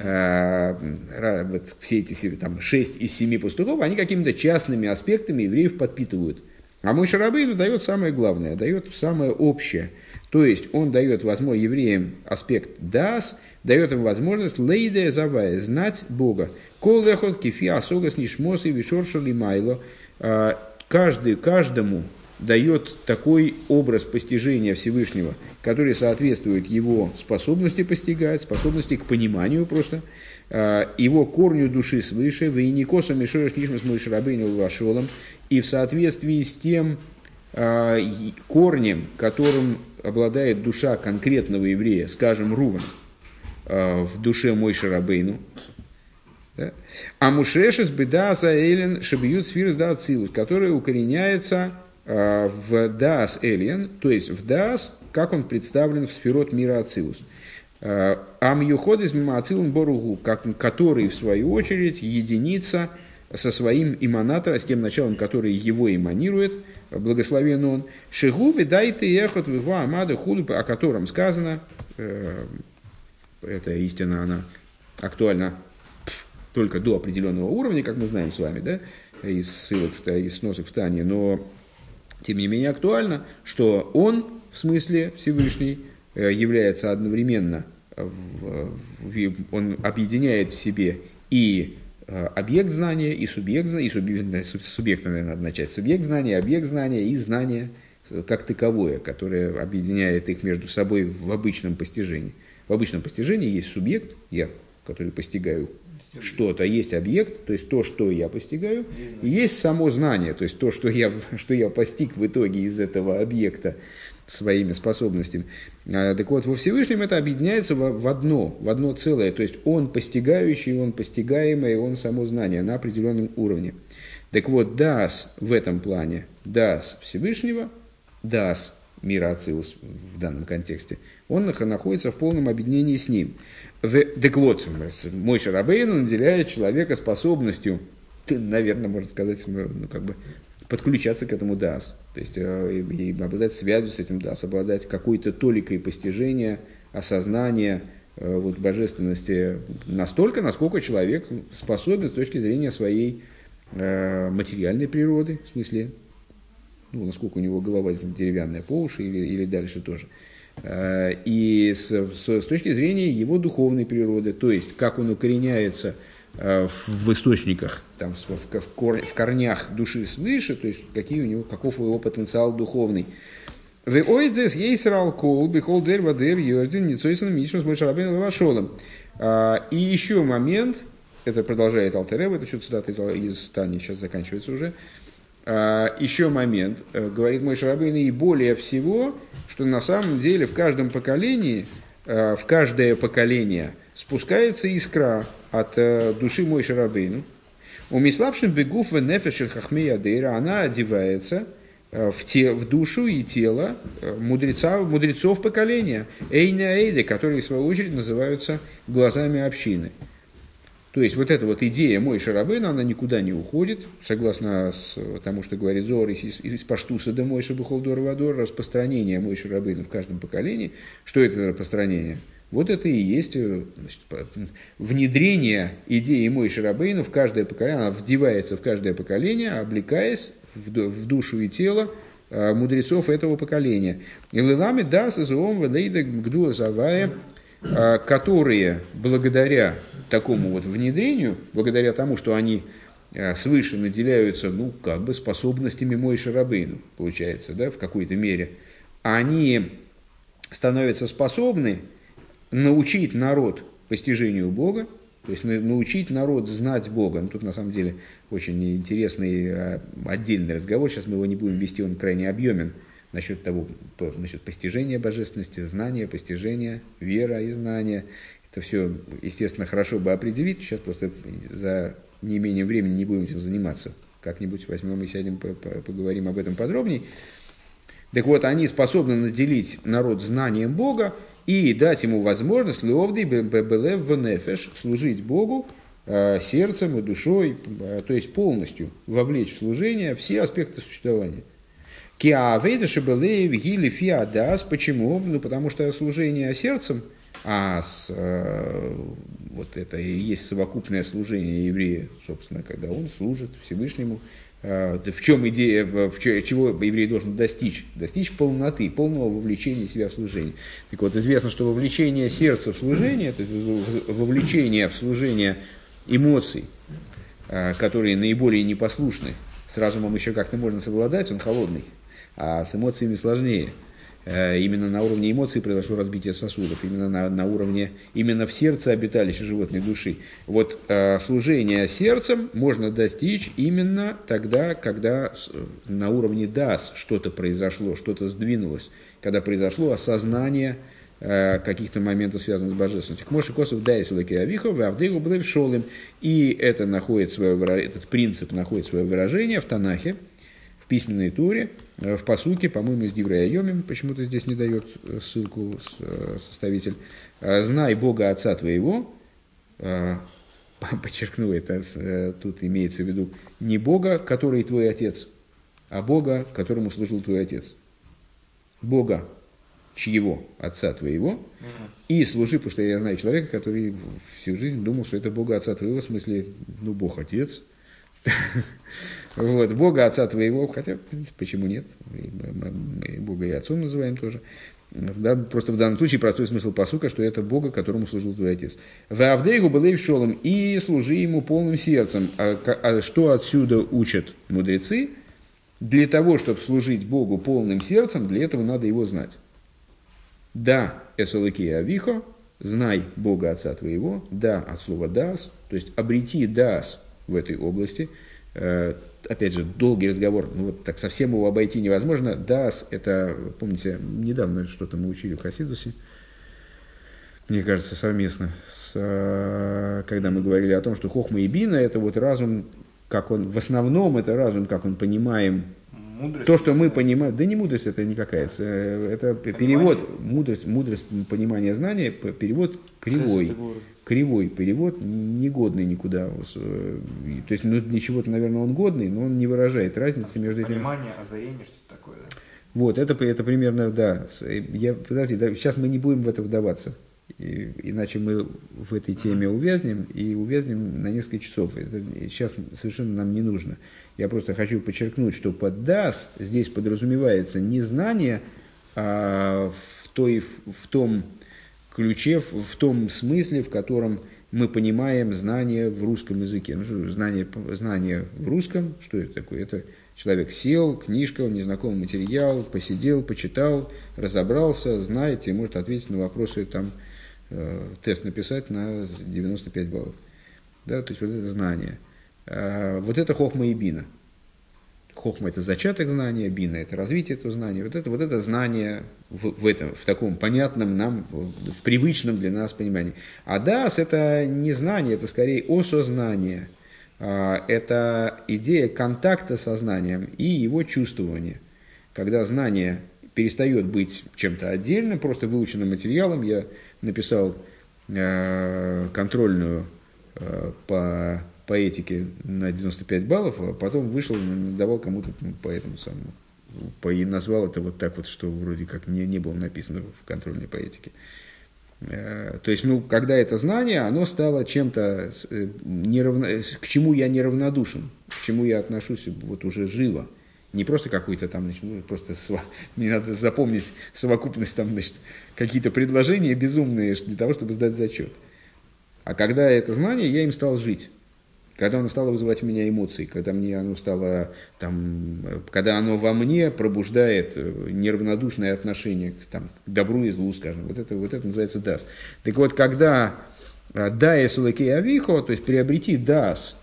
а, вот все эти там, шесть из семи пастухов, они какими-то частными аспектами евреев подпитывают. А Мойше Рабейну дает самое главное, дает самое общее. То есть он дает возможность евреям аспект дас, дает им возможность лейде завая, знать Бога. Кол лехот кифи асогас нишмос и вишоршали майло. Каждый, каждому дает такой образ постижения Всевышнего, который соответствует его способности постигать, способности к пониманию просто, его корню души свыше, вейникосом мишореш нишмас Мойше Рабейну вашолом, и в соответствии с тем э, корнем, которым обладает душа конкретного еврея, скажем, Рувен, э, в душе Мойше Рабейну, да? А мушешес беда за элен шебьют сфирс да ацилус, который укореняется э, в даас элен, то есть в даас, как он представлен в сферот мира ацилус. Ам юходис мимо ацилун боругу, который в свою очередь единится со своим иманатором, с тем началом, который его эманирует, благословен он, шигу видайте ехот вигва амада худу, о котором сказано, э, эта истина, она актуальна только до определенного уровня, как мы знаем с вами, да, из ссылок, из сносок в Тане, но тем не менее актуально, что он, в смысле Всевышний, является одновременно, в, в, он объединяет в себе и объект знания, и субъект знания, и субъект, субъект, наверное, надо начать, субъект знания, объект знания и знание как таковое, которое объединяет их между собой в обычном постижении. В обычном постижении есть субъект, я, который постигаю что-то, есть объект, то есть то, что я постигаю, и есть само знание, то есть то, что я, что я постиг в итоге из этого объекта. своими способностями. Так вот, во Всевышнем это объединяется в одно, в одно целое. То есть он постигающий, он постигаемый, он само знание на определенном уровне. Так вот, дас в этом плане, дас Всевышнего, дас мира Ацилус в данном контексте, он находится в полном объединении с ним. Так вот, Моше Рабейну наделяет человека способностью, наверное, можно сказать, ну, как бы подключаться к этому дас, то есть э, и обладать связью с этим дас, обладать какой-то толикой постижения, осознания э, вот, божественности настолько, насколько человек способен с точки зрения своей э, материальной природы, в смысле, ну, насколько у него голова деревянная по уши или, или дальше тоже. Э, и с, с, с точки зрения его духовной природы, то есть как он укореняется в источниках, там, в, в, в корнях души свыше, то есть какие у него, каков его потенциал духовный. И еще момент, это продолжает Алтер Ребе, это все цитата из, из Тани, сейчас заканчивается уже. Еще момент, говорит Моше Рабейну, и более всего, что на самом деле в каждом поколении, в каждое поколение спускается искра от э, души Моше Рабейну. У мислапшин бегуф в нефешель хахмей адейра, она одевается э, в, те, в душу и тело э, мудреца, мудрецов поколения, эйна эйды, которые в свою очередь называются глазами общины. То есть вот эта вот идея Моше Рабейну, она никуда не уходит, согласно с тому, что говорит Зоар из, из Паштуса де Моше Бехолдор Вадор, распространение Моше Рабейну в каждом поколении. Что это за распространение? Вот это и есть, значит, внедрение идеи Моше Рабейну в каждое поколение, она вдевается в каждое поколение, облекаясь в душу и тело мудрецов этого поколения. Илэлами дас эзуом вэлэйдэ гдуа завая, которые благодаря такому вот внедрению, благодаря тому, что они свыше наделяются, ну, как бы способностями Моше Рабейну, получается, да, в какой-то мере, они становятся способны научить народ постижению Бога, то есть научить народ знать Бога. Ну, тут на самом деле очень интересный отдельный разговор, сейчас мы его не будем вести, он крайне объемен, насчет того, насчет постижения божественности, знания, постижения, вера и знания. Это все, естественно, хорошо бы определить, сейчас просто за неимением времени не будем этим заниматься. Как-нибудь возьмем и сядем, поговорим об этом подробней. Так вот, они способны наделить народ знанием Бога, и дать ему возможность леовдей бебелев венефеш, служить Богу э, сердцем и душой, э, то есть полностью вовлечь в служение все аспекты существования. Киавейдаши белеев гили фиадас. Почему? Ну, потому что служение сердцем, а с, э, вот это и есть совокупное служение еврея, собственно, когда он служит Всевышнему. В чем идея, в чего еврей должен достичь? Достичь полноты, полного вовлечения себя в служение. Так вот, известно, что вовлечение сердца в служение, то есть вовлечение в служение эмоций, которые наиболее непослушны, с разумом еще как-то можно совладать, он холодный, а с эмоциями сложнее. Именно на уровне эмоций произошло разбитие сосудов, именно на, на уровне, именно в сердце обиталище животной души. Вот э, служение сердцем можно достичь именно тогда, когда на уровне дас что-то произошло, что-то сдвинулось, когда произошло осознание э, каких-то моментов, связанных с божественностью. Моше Косов дайсилаки авихов, авдейгу блэв шолым. И это находит свое, этот принцип находит свое выражение в Танахе, в письменной Торе, в пасуке, по-моему, из Диврей Айомим, почему-то здесь не дает ссылку составитель. «Знай Бога Отца твоего», подчеркну это, тут имеется в виду не Бога, который твой Отец, а Бога, которому служил твой Отец. Бога, чьего? Отца твоего. И служи, потому что я знаю человека, который всю жизнь думал, что это Бога Отца твоего, в смысле, ну, Бог Отец. Вот, Бога Отца твоего, хотя, в принципе, почему нет? Мы Бога и Отцом называем тоже. Да, просто в данном случае простой смысл пасука, что это Бога, которому служил твой Отец. «Ваавдейгу бэлэйв шолом» и служи ему полным сердцем. А, а что отсюда учат мудрецы? Для того, чтобы служить Богу полным сердцем, для этого надо его знать. Да, эсолэки авихо, знай Бога Отца твоего, да, от слова дас, то есть обрети дас в этой области, опять же, долгий разговор, ну вот так совсем его обойти невозможно. Дас, это, помните, недавно что-то мы учили в Хасидусе, мне кажется, совместно, с, когда мы говорили о том, что хохма и бина – это вот разум, как он, в основном это разум, как он понимаем, мудрость, то, что мы понимаем, да не мудрость это никакая, это понимание. Перевод, мудрость, мудрость понимания знания, перевод кривой, кривой перевод, негодный никуда. То есть, ну, для чего-то, наверное, он годный, но он не выражает разницы между этим. Понимание, озарение, что-то такое, да? Вот, это, это примерно, да. Я, подожди, да, сейчас мы не будем в это вдаваться. И, иначе мы в этой теме увязнем, и увязнем на несколько часов. Это сейчас совершенно нам не нужно. Я просто хочу подчеркнуть, что под дас здесь подразумевается не знание, а в, той, в том ключе, в, в том смысле, в котором мы понимаем знание в русском языке. Ну, что, знание, знание в русском, что это такое? Это человек сел, книжка, незнакомый материал, посидел, почитал, разобрался, знает и может ответить на вопросы там, тест написать на девяносто пять баллов. Да, то есть вот это знание. А вот это хохма и бина. Хохма – это зачаток знания, бина – это развитие этого знания. Вот это, вот это знание в, в, этом, в таком понятном нам, в привычном для нас понимании. А дас – это не знание, это скорее осознание. Это идея контакта со знанием и его чувствования. Когда знание перестает быть чем-то отдельным, просто выученным материалом. Я написал э, контрольную э, по, по этике на девяносто пять баллов, а потом вышел, давал кому-то по этому самому. По, и назвал это вот так вот, что вроде как не, не было написано в контрольной по этике. Э, то есть, ну, когда это знание, оно стало чем-то, э, неравно, к чему я неравнодушен, к чему я отношусь вот уже живо. Не просто какой-то там, значит, ну, просто сва... мне надо запомнить совокупность там, значит, какие-то предложения безумные для того, чтобы сдать зачет. А когда это знание, я им стал жить. Когда оно стало вызывать у меня эмоции, когда мне оно стало, там, когда оно во мне пробуждает неравнодушное отношение к, там, к добру и злу, скажем. Вот это, вот это называется дас. Так вот, когда даэс лакей авихо, то есть приобрети дас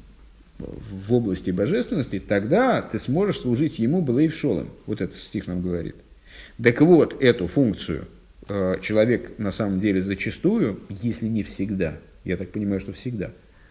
в области божественности, тогда ты сможешь служить ему бэлэйв шолем. Вот этот стих нам говорит. Так вот, эту функцию э, человек на самом деле зачастую, если не всегда, я так понимаю, что всегда,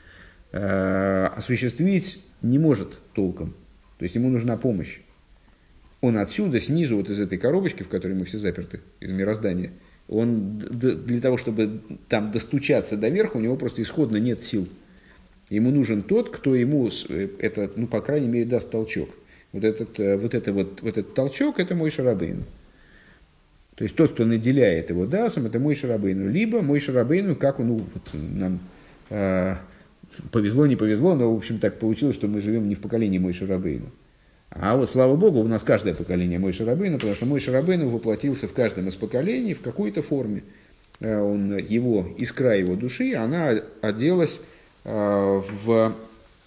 э, осуществить не может толком. То есть ему нужна помощь. Он отсюда, снизу, вот из этой коробочки, в которой мы все заперты, из мироздания, он для того, чтобы там достучаться до верха, у него просто исходно нет сил. Ему нужен тот, кто ему это, ну, по крайней мере, даст толчок. Вот этот вот, это вот, вот этот толчок – это Моше Рабейну. То есть тот, кто наделяет его дасом, это Моше Рабейну. Либо Моше Рабейну, как он, ну, вот нам э, повезло, не повезло, но, в общем, так получилось, что мы живем не в поколении Моше Рабейну. А вот, слава Богу, у нас каждое поколение Моше Рабейну, потому что Моше Рабейну воплотился в каждом из поколений в какой-то форме. Он, его, искра его души, она оделась в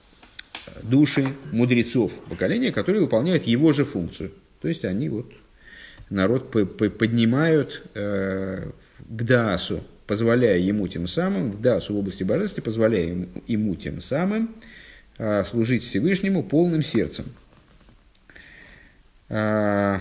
души мудрецов поколения, которые выполняют его же функцию. То есть они вот, народ поднимают э, к даасу, позволяя ему тем самым, к даасу в области божественности, позволяя ему, ему тем самым э, служить Всевышнему полным сердцем. А,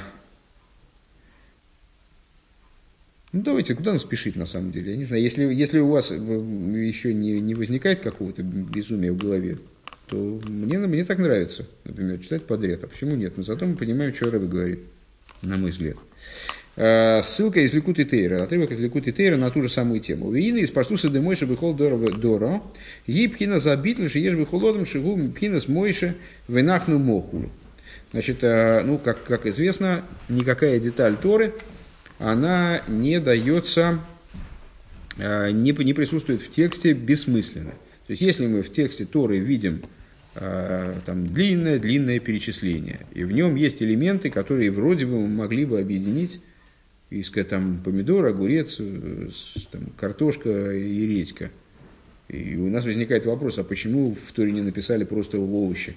ну, давайте, куда нам спешить, на самом деле? Я не знаю, если, если у вас еще не, не возникает какого-то безумия в голове, то мне, мне так нравится, например, читать подряд. А почему нет? Но зато мы понимаем, что Рэбе говорит, на мой взгляд. А, ссылка из Ликут и Тейра, отрывок из Ликут и Тейра на ту же самую тему. Виина из Паштуса де Мойша бихол доро, ей пхина забитл, шиеш бихолодом, шигу пхина с Мойша венахну мохулю. Значит, ну, как, как известно, никакая деталь Торы, она не дается, не, не присутствует в тексте бессмысленно. То есть, если мы в тексте Торы видим там, длинное-длинное перечисление, и в нем есть элементы, которые вроде бы мы могли бы объединить, искать там помидор, огурец, там, картошка и редька. И у нас возникает вопрос, а почему в Торе не написали просто овощи?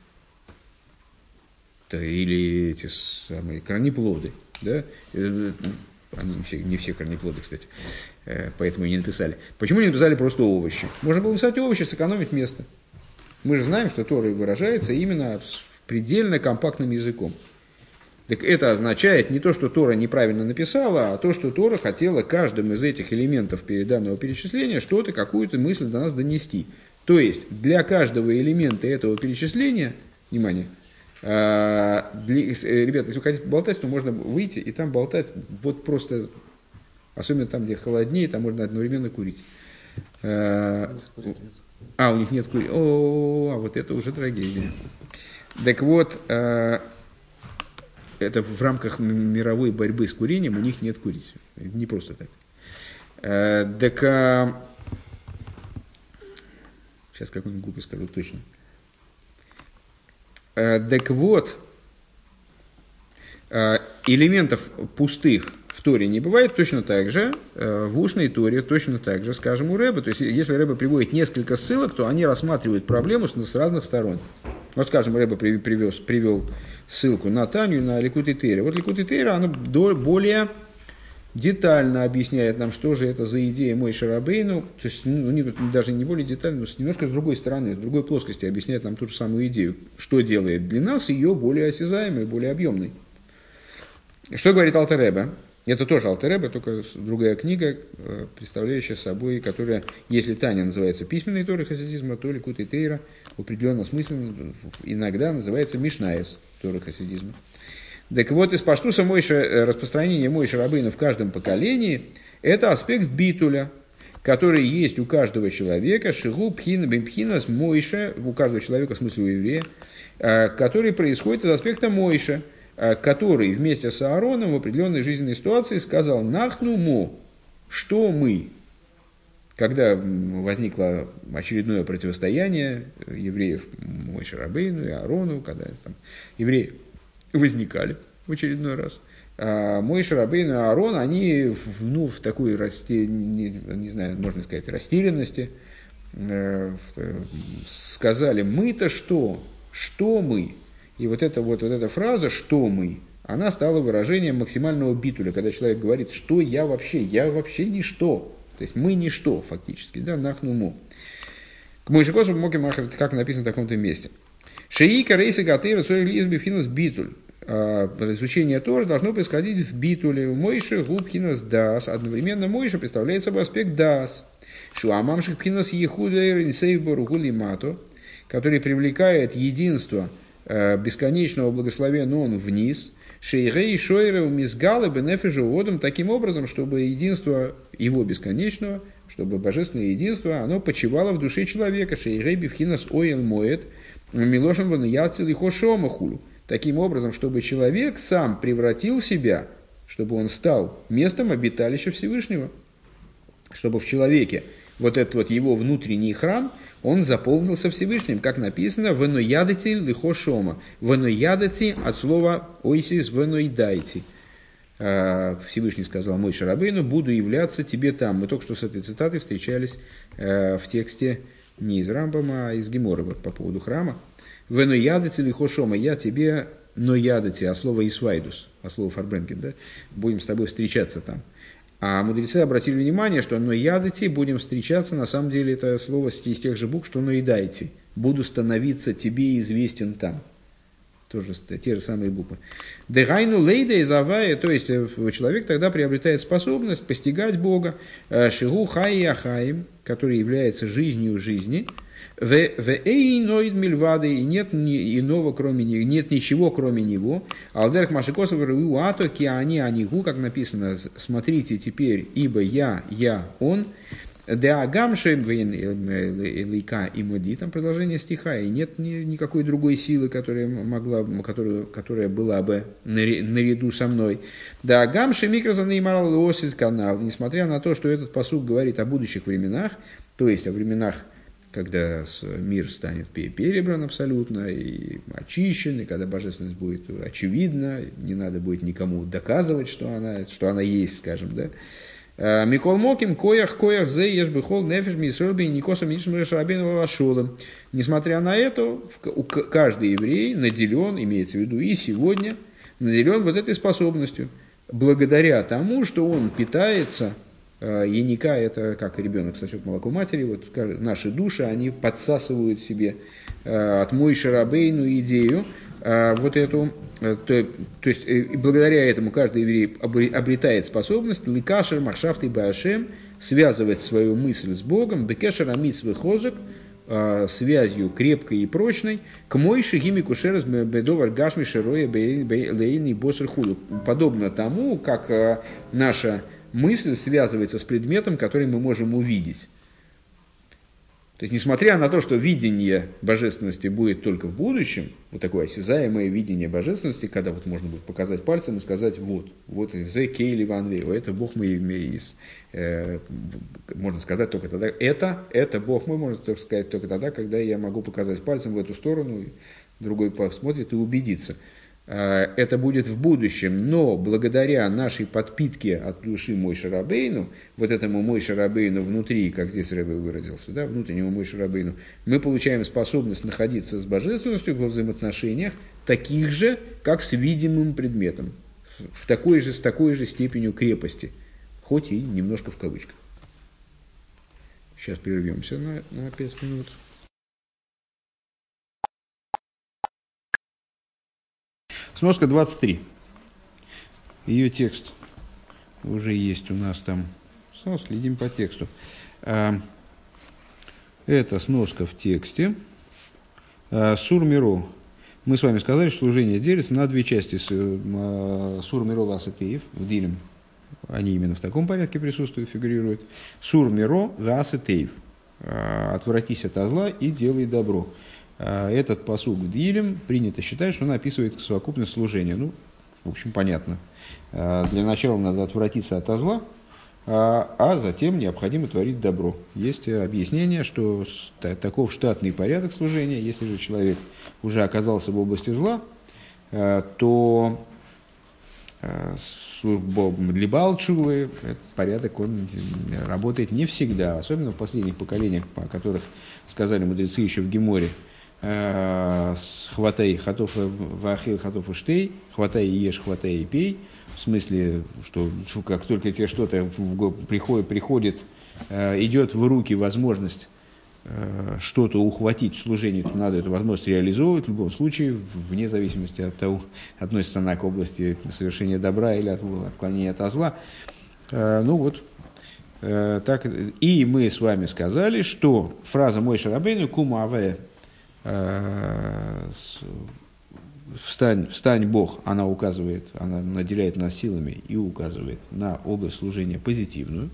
Или эти самые корнеплоды, да? Они не все, не все корнеплоды, кстати, поэтому и не написали. Почему не написали просто овощи? Можно было написать овощи, сэкономить место. Мы же знаем, что Тора выражается именно предельно компактным языком. Так это означает не то, что Тора неправильно написала, а то, что Тора хотела каждым из этих элементов данного перечисления что-то, какую-то мысль до нас донести. То есть для каждого элемента этого перечисления, внимание, для, ребята, если вы хотите болтать, то можно выйти и там болтать вот просто, особенно там, где холоднее, там можно одновременно курить. А, у них нет курить. О, а вот это уже трагедия. Так вот, это в рамках мировой борьбы с курением у них нет курить. Не просто так. Так, сейчас какую-нибудь глупость скажу точно. Так вот, элементов пустых в Торе не бывает точно так же, в устной Торе точно так же, скажем, у Рэба. То есть, если Рэба приводит несколько ссылок, то они рассматривают проблему с разных сторон. Вот, скажем, Рэба привез, привел ссылку на Танью, на Ликут Тейра. Вот Ликут Тейра, оно более детально объясняет нам, что же это за идея Моше Рабейну. То есть, ну, не, даже не более детально, но немножко с другой стороны, с другой плоскости объясняет нам ту же самую идею. Что делает для нас ее более осязаемой, более объемной. Что говорит Алтер Ребе? Это тоже Алтер Ребе, только другая книга, представляющая собой, которая, если Таня называется письменной Торой хасидизма, то Ликут Тейра в определенном смысле иногда называется Мишнаес Торы хасидизма. Так вот, из паштуса Мойше, распространение Мойше Рабейну в каждом поколении, это аспект битуля, который есть у каждого человека, шигу пхина бимпхинас Мойше, у каждого человека, в смысле у еврея, который происходит из аспекта Мойше, который вместе с Аароном в определенной жизненной ситуации сказал «нахну мо», что мы, когда возникло очередное противостояние евреев Мойше Рабейну и Аарону, когда там евреи возникали в очередной раз, а Мойше Рабейну и Аарон, они в, ну, в такой, расте, не, не знаю, можно сказать, растерянности э, сказали «мы-то что? Что мы?» И вот эта, вот, вот эта фраза «что мы», она стала выражением максимального битуля, когда человек говорит «что я вообще? Я вообще ничто». То есть мы ничто фактически, да, нахнуму. К Мойше Косу Моким, как написано в таком-то месте. Шеика рейсы гатейра сорок лизби финас битуль. Изучение Торы должно происходить в битуле. У Мойше губ хинас дас. Одновременно Мойше представляет собой аспект дас. Шуамамшик хинас ехуда инсейбору гулимато, который привлекает единство бесконечного благословенного он вниз. Шейрей шойрeu мизгалы бенефежу водом, таким образом, чтобы единство его бесконечного, чтобы божественное единство, оно почивало в душе человека. Шейрей бифхинас ойл моет милошем ванаяцил и хошомахулю. Таким образом, чтобы человек сам превратил себя, чтобы он стал местом обиталища Всевышнего. Чтобы в человеке вот этот вот его внутренний храм, он заполнился Всевышним, как написано «Веноядати лихошома». «Веноядати» от слова «ойсис веноидайти». Всевышний сказал Мойше Рабейну: «Буду являться тебе там». Мы только что с этой цитатой встречались в тексте не из Рамбама, а из Гемора по поводу храма. «Веноядати лихошома». «Я тебе ноядати», от слова «исвайдус», от слова «фарбренген», да? «Будем с тобой встречаться там». А мудрецы обратили внимание, что «ноядати» будем встречаться, на самом деле это слово из тех же букв, что «ноедайте». «Буду становиться тебе известен там». Тоже те же самые буквы. «Дегайну лейда из авая», то есть человек тогда приобретает способность постигать Бога. «Шигу хай ахаим», который является жизнью жизни. «Вэйноид мильвады», и нет иного, кроме него, нет ничего, кроме него. «Алдерх машикосов руато киани анигу», как написано, «смотрите теперь, ибо я, я, он». «Деагамшем вейн лейка и моди», там продолжение стиха, и нет ни, никакой другой силы, которая, могла, которую, которая была бы наряду со мной. «Деагамшем микрозан и марал лосит канал», несмотря на то, что этот пасук говорит о будущих временах, то есть о временах, когда мир станет перебран абсолютно и очищен, и когда божественность будет очевидна, не надо будет никому доказывать, что она, что она есть, скажем, да. Микол Моким, коях, коях, зе, ешбихол, нефиш, мисорби, никоса, мишмыр, шарабин, лашолом. Несмотря на это, каждый еврей наделен, имеется в виду и сегодня, наделен вот этой способностью, благодаря тому, что он питается Яника – это как ребенок сосет молоко матери. Вот наши души, они подсасывают себе от Мойше Рабейну идею, вот эту, то, то есть и благодаря этому каждый еврей обретает способность ликашер махшафт и баашем связывать свою мысль с Богом, бекешер амитсвы хозек, связью крепкой и прочной, к Мойше гимику шерез бедовар гашми шероя лейни босер худу, подобно тому, как наша мысль связывается с предметом, который мы можем увидеть. То есть, несмотря на то, что видение божественности будет только в будущем, вот такое осязаемое видение божественности, когда вот можно будет показать пальцем и сказать, вот, вот «зе кейли ван вей», это Бог мой, из, э, можно сказать только тогда, это, это Бог мой, можно сказать только тогда, когда я могу показать пальцем в эту сторону, и другой посмотрит и убедится. Это будет в будущем, но благодаря нашей подпитке от души Мойше Рабейну, вот этому Мойше Рабейну внутри, как здесь Ребе выразился, да, внутреннему Мойше Рабейну, мы получаем способность находиться с божественностью во взаимоотношениях таких же, как с видимым предметом, в такой же, с такой же степенью крепости, хоть и немножко в кавычках. Сейчас прервемся на, на пять минут. Сноска двадцать три. Ее текст уже есть у нас там. Следим по тексту. Это сноска в тексте. Сур Миро. Мы с вами сказали, что служение делится на две части. Сур Миро Васатеев в Дилем. Они именно в таком порядке присутствуют, фигурируют. Сур Миро Васатеев. Отвратись от зла и делай добро. Этот пасук в Дилем принято считать, что он описывает совокупность служения. Ну, в общем, понятно. Для начала надо отвратиться от зла, а затем необходимо творить добро. Есть объяснение, что таков штатный порядок служения. Если же человек уже оказался в области зла, то для Балчувы этот порядок он работает не всегда, особенно в последних поколениях, о которых сказали мудрецы еще в Геморе. Хватай хатофа вахил хатофа штей, хватай и ешь, хватай и пей. В смысле, что как только тебе что-то приходит, приходит, идет в руки возможность что-то ухватить в служении, то надо эту возможность реализовывать в любом случае, вне зависимости от того, относится она к области совершения добра или от отклонения от зла. Ну вот, так. И мы с вами сказали, что фраза Мойше Рабейну «Кума аве» «Встань, встань, Бог», она указывает, она наделяет нас силами и указывает на область служения позитивную,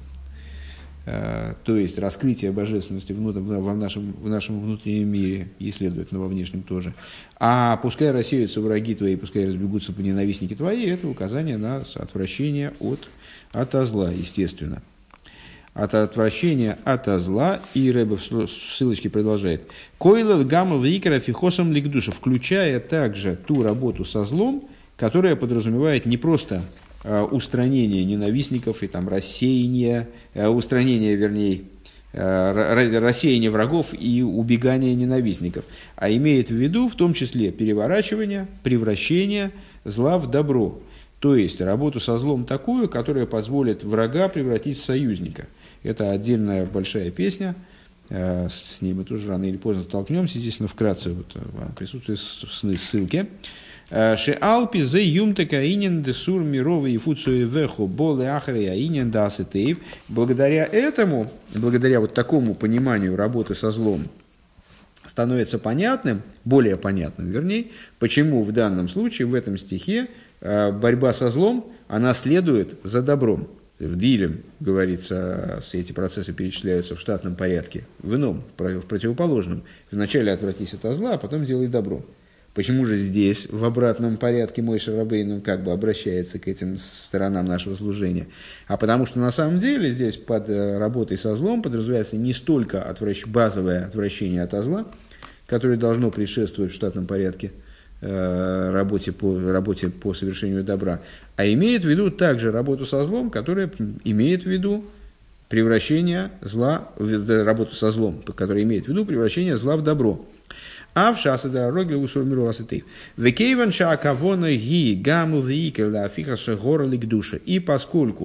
то есть раскрытие божественности в нашем, в нашем внутреннем мире и, следовательно, во внешнем тоже. А пускай рассеются враги твои, пускай разбегутся по ненавистники твои, это указание на отвращение от, от зла, естественно. От отвращения от зла, и Рэбе в ссылочке продолжает, «Койлэл гамма вейкера фихосом ликдуша», включая также ту работу со злом, которая подразумевает не просто э, устранение ненавистников и там рассеяние, э, устранение, вернее, э, рассеяние врагов и убегание ненавистников, а имеет в виду в том числе переворачивание, превращение зла в добро. То есть работу со злом такую, которая позволит врага превратить в союзника. Это отдельная большая песня, с ней мы тоже рано или поздно столкнемся, здесь, но вкратце вот, присутствует ссылки. Шеалпи зе юмте каинен десур мировый фуцуи веху боле ахре аинен дасетеев. Благодаря этому, благодаря вот такому пониманию работы со злом, становится понятным, более понятным, вернее, почему в данном случае, в этом стихе, борьба со злом, она следует за добром. В Дилем, говорится, эти процессы перечисляются в штатном порядке, в ином, в противоположном. Вначале отвратись от зла, а потом делай добро. Почему же здесь, в обратном порядке, Мойше Рабейну как бы обращается к этим сторонам нашего служения? А потому что на самом деле здесь под работой со злом подразумевается не столько отвращ... базовое отвращение от зла, которое должно предшествовать в штатном порядке работе по, работе по совершению добра, а имеет в виду также работу со злом, которая имеет в виду превращение зла, работу со злом, которая имеет в виду превращение зла в добро. А в шасе дороги усурмиру асетей. Векейван шаакавона ги гаму вейкер ла афихаса горли к душе. И поскольку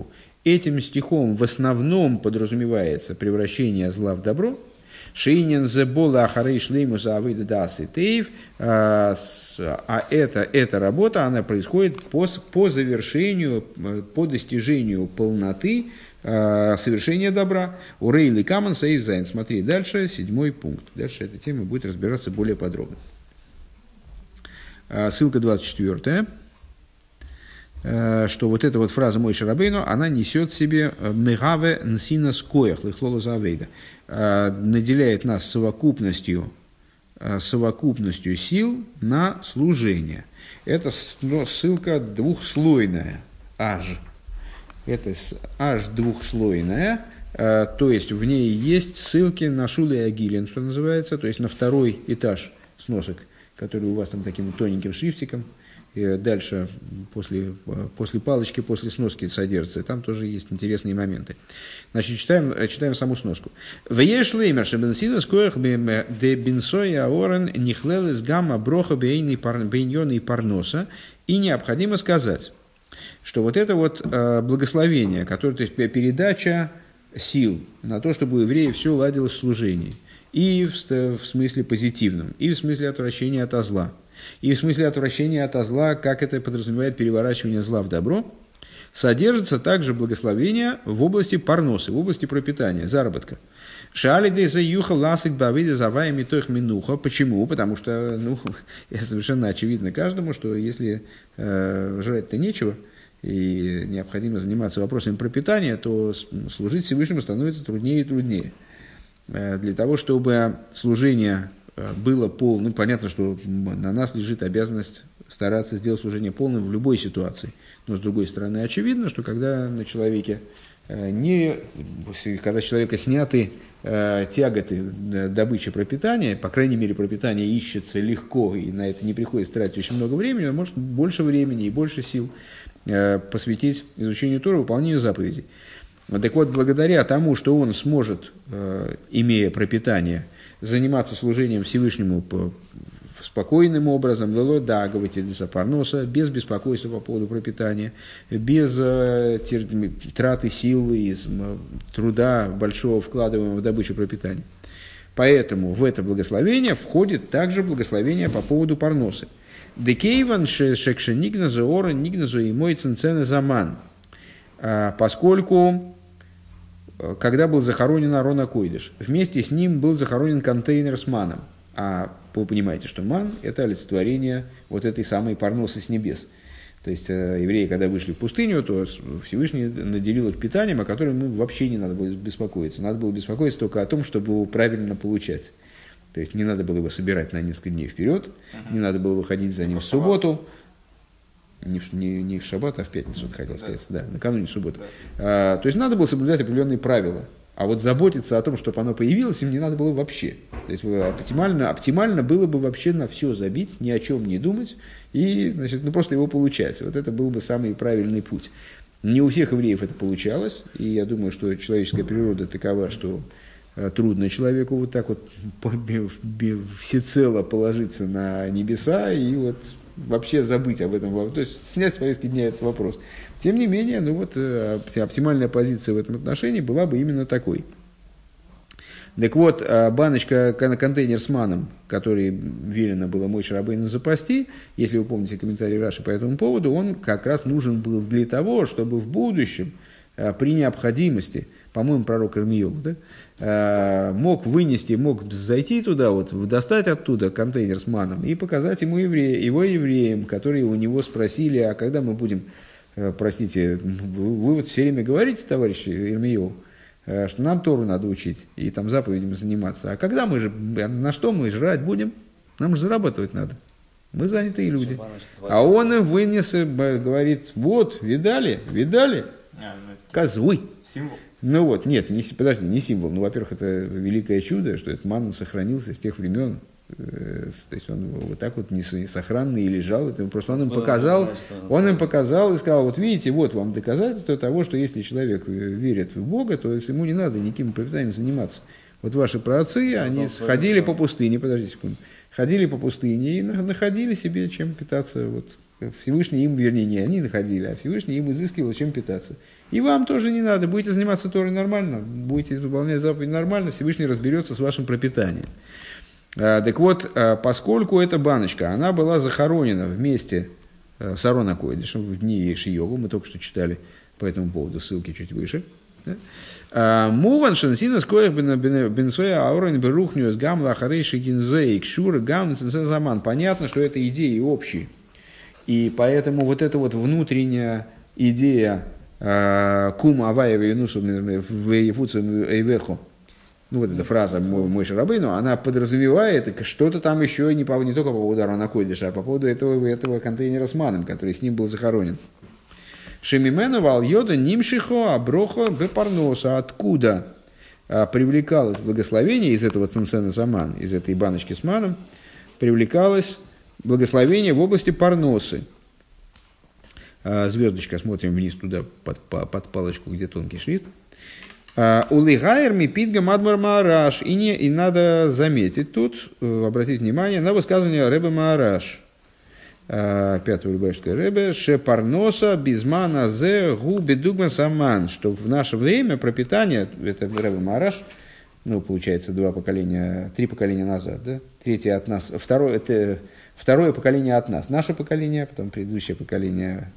этим стихом в основном подразумевается превращение зла в добро. Шейнин зебола ахарей шлеймуса авида дасы тейв. А эта, эта работа, она происходит по, по завершению, по достижению полноты совершения добра. У Рейли Каман Сейв Зайн. Смотри, дальше седьмой пункт. Дальше эта тема будет разбираться более подробно. Ссылка двадцать четвёртая. Что вот эта вот фраза Мойше Рабейну, она несет в себе «мегаве нсинас коях лихлола завейда», наделяет нас совокупностью, совокупностью сил на служение. Это ссылка двухслойная, аж. Это аж двухслойная, то есть в ней есть ссылки на Шуле и Агилен, что называется, то есть на второй этаж сносок, который у вас там таким тоненьким шрифтиком. И дальше, после, после палочки, после сноски содержится. Там тоже есть интересные моменты. Значит, читаем, читаем саму сноску. «Вееш леймер шебенсинас коях де бенсоя аорен нихлел из гамма броха бейньона и парноса». И необходимо сказать, что вот это вот благословение, которое, то есть передача сил на то, чтобы у евреев все ладилось в служении, и в, в смысле позитивном, и в смысле отвращения от зла, и в смысле отвращения от зла, как это подразумевает переворачивание зла в добро, содержится также благословение в области парносы, в области пропитания, заработка. Почему? Потому что ну, совершенно очевидно каждому, что если э, жрать-то нечего, и необходимо заниматься вопросами пропитания, то служить Всевышнему становится труднее и труднее. Для того, чтобы служение было полным, понятно, что на нас лежит обязанность стараться сделать служение полным в любой ситуации. Но с другой стороны, очевидно, что когда на человеке не, когда с человека сняты э, тяготы добычи пропитания, по крайней мере, пропитание ищется легко, и на это не приходится тратить очень много времени, он может больше времени и больше сил э, посвятить изучению Торы, выполнению заповедей. Так вот, благодаря тому, что он сможет, э, имея пропитание, заниматься служением Всевышнему по, спокойным образом, да, говорите, парноса, без беспокойства по поводу пропитания, без э, тер, траты сил и труда большого, вкладываемого в добычу пропитания. Поэтому в это благословение входит также благословение по поводу парносы. Декейван шекше нигназу ора нигназу и мой ценцене заман. Поскольку когда был захоронен Аарон ха-Койдеш, вместе с ним был захоронен контейнер с маном. А вы понимаете, что ман – это олицетворение вот этой самой парносы с небес. То есть евреи, когда вышли в пустыню, то Всевышний наделил их питанием, о котором им вообще не надо было беспокоиться. Надо было беспокоиться только о том, чтобы его правильно получать. То есть не надо было его собирать на несколько дней вперед, uh-huh. не надо было выходить за ним в субботу. Не в, не, не в шаббат, а в пятницу, хотел сказать, да, накануне субботы. А, то есть надо было соблюдать определенные правила. А вот заботиться о том, чтобы оно появилось, им не надо было вообще. То есть оптимально, оптимально было бы вообще на все забить, ни о чем не думать и, значит, ну, просто его получать. Вот это был бы самый правильный путь. Не у всех евреев это получалось, и я думаю, что человеческая природа такова, что трудно человеку вот так вот всецело положиться на небеса и вот вообще забыть об этом, то есть снять с повестки дня этот вопрос. Тем не менее, ну вот, оптимальная позиция в этом отношении была бы именно такой. Так вот, баночка, контейнер с маном, который велено было Мойше Рабейну запасти, если вы помните комментарий Раши по этому поводу, он как раз нужен был для того, чтобы в будущем, при необходимости, по-моему, пророк Ирмиёв, да, мог вынести, мог зайти туда, вот, достать оттуда контейнер с маном и показать ему евре, его евреям, которые у него спросили, а когда мы будем, простите, вы вот все время говорите, товарищ Ирмиёв, что нам Тору надо учить и там заповедями заниматься, а когда мы же, на что мы жрать будем? Нам же зарабатывать надо. Мы занятые люди. А он им вынес, говорит, вот, видали, видали? Козлы. Символ. Ну вот, нет, не, подожди, не символ. Ну, во-первых, это великое чудо, что этот ман сохранился с тех времен. То есть он вот так вот несохранный и лежал. Это просто он им показал, он им показал и сказал, вот видите, вот вам доказательство того, что если человек верит в Бога, то ему не надо никаким пропитанием заниматься. Вот ваши праотцы, они ходили по пустыне, подожди секунду, ходили по пустыне и находили себе чем питаться вот Всевышний им, вернее, не они находили, а Всевышний им изыскивал, чем питаться. И вам тоже не надо, будете заниматься Торой нормально, будете выполнять заповеди нормально, Всевышний разберется с вашим пропитанием. Так вот, поскольку эта баночка, она была захоронена вместе с Арон ха-Койдешем в дни Ши-Йогу, мы только что читали по этому поводу, ссылки чуть выше. Муван шансина скоях бенсоя аурен берухниус гамла харейши гинзей кшура гам заман. Понятно, что это идеи общие. И поэтому вот эта вот внутренняя идея кума аваева юнусу в ефуцу эйвеху, ну вот эта фраза Мойше Рабейну, она подразумевает что-то там еще не, по, не только по поводу Арона ха-Койдеша, а по поводу этого, этого контейнера с маном, который с ним был захоронен. Шемимену вал йода нимшихо аброхо бепарноса. Откуда а, привлекалось благословение из этого цинсена саман, из этой баночки с маном, привлекалось благословение в области парносы. А, звездочка, смотрим вниз туда под, под палочку, где тонкий шрифт. Улигайр мипидга мадмар маараш. И, не, и надо заметить тут, обратить внимание на высказывание Ребе Маараш, пятого Любавичского Ребе, шепарноса безмана зе гу бедугма саман, что в наше время пропитание, это Ребе Маараш, ну, получается, два поколения, три поколения назад, да? Третье от нас, второе, это второе поколение от нас, наше поколение, потом предыдущее поколение,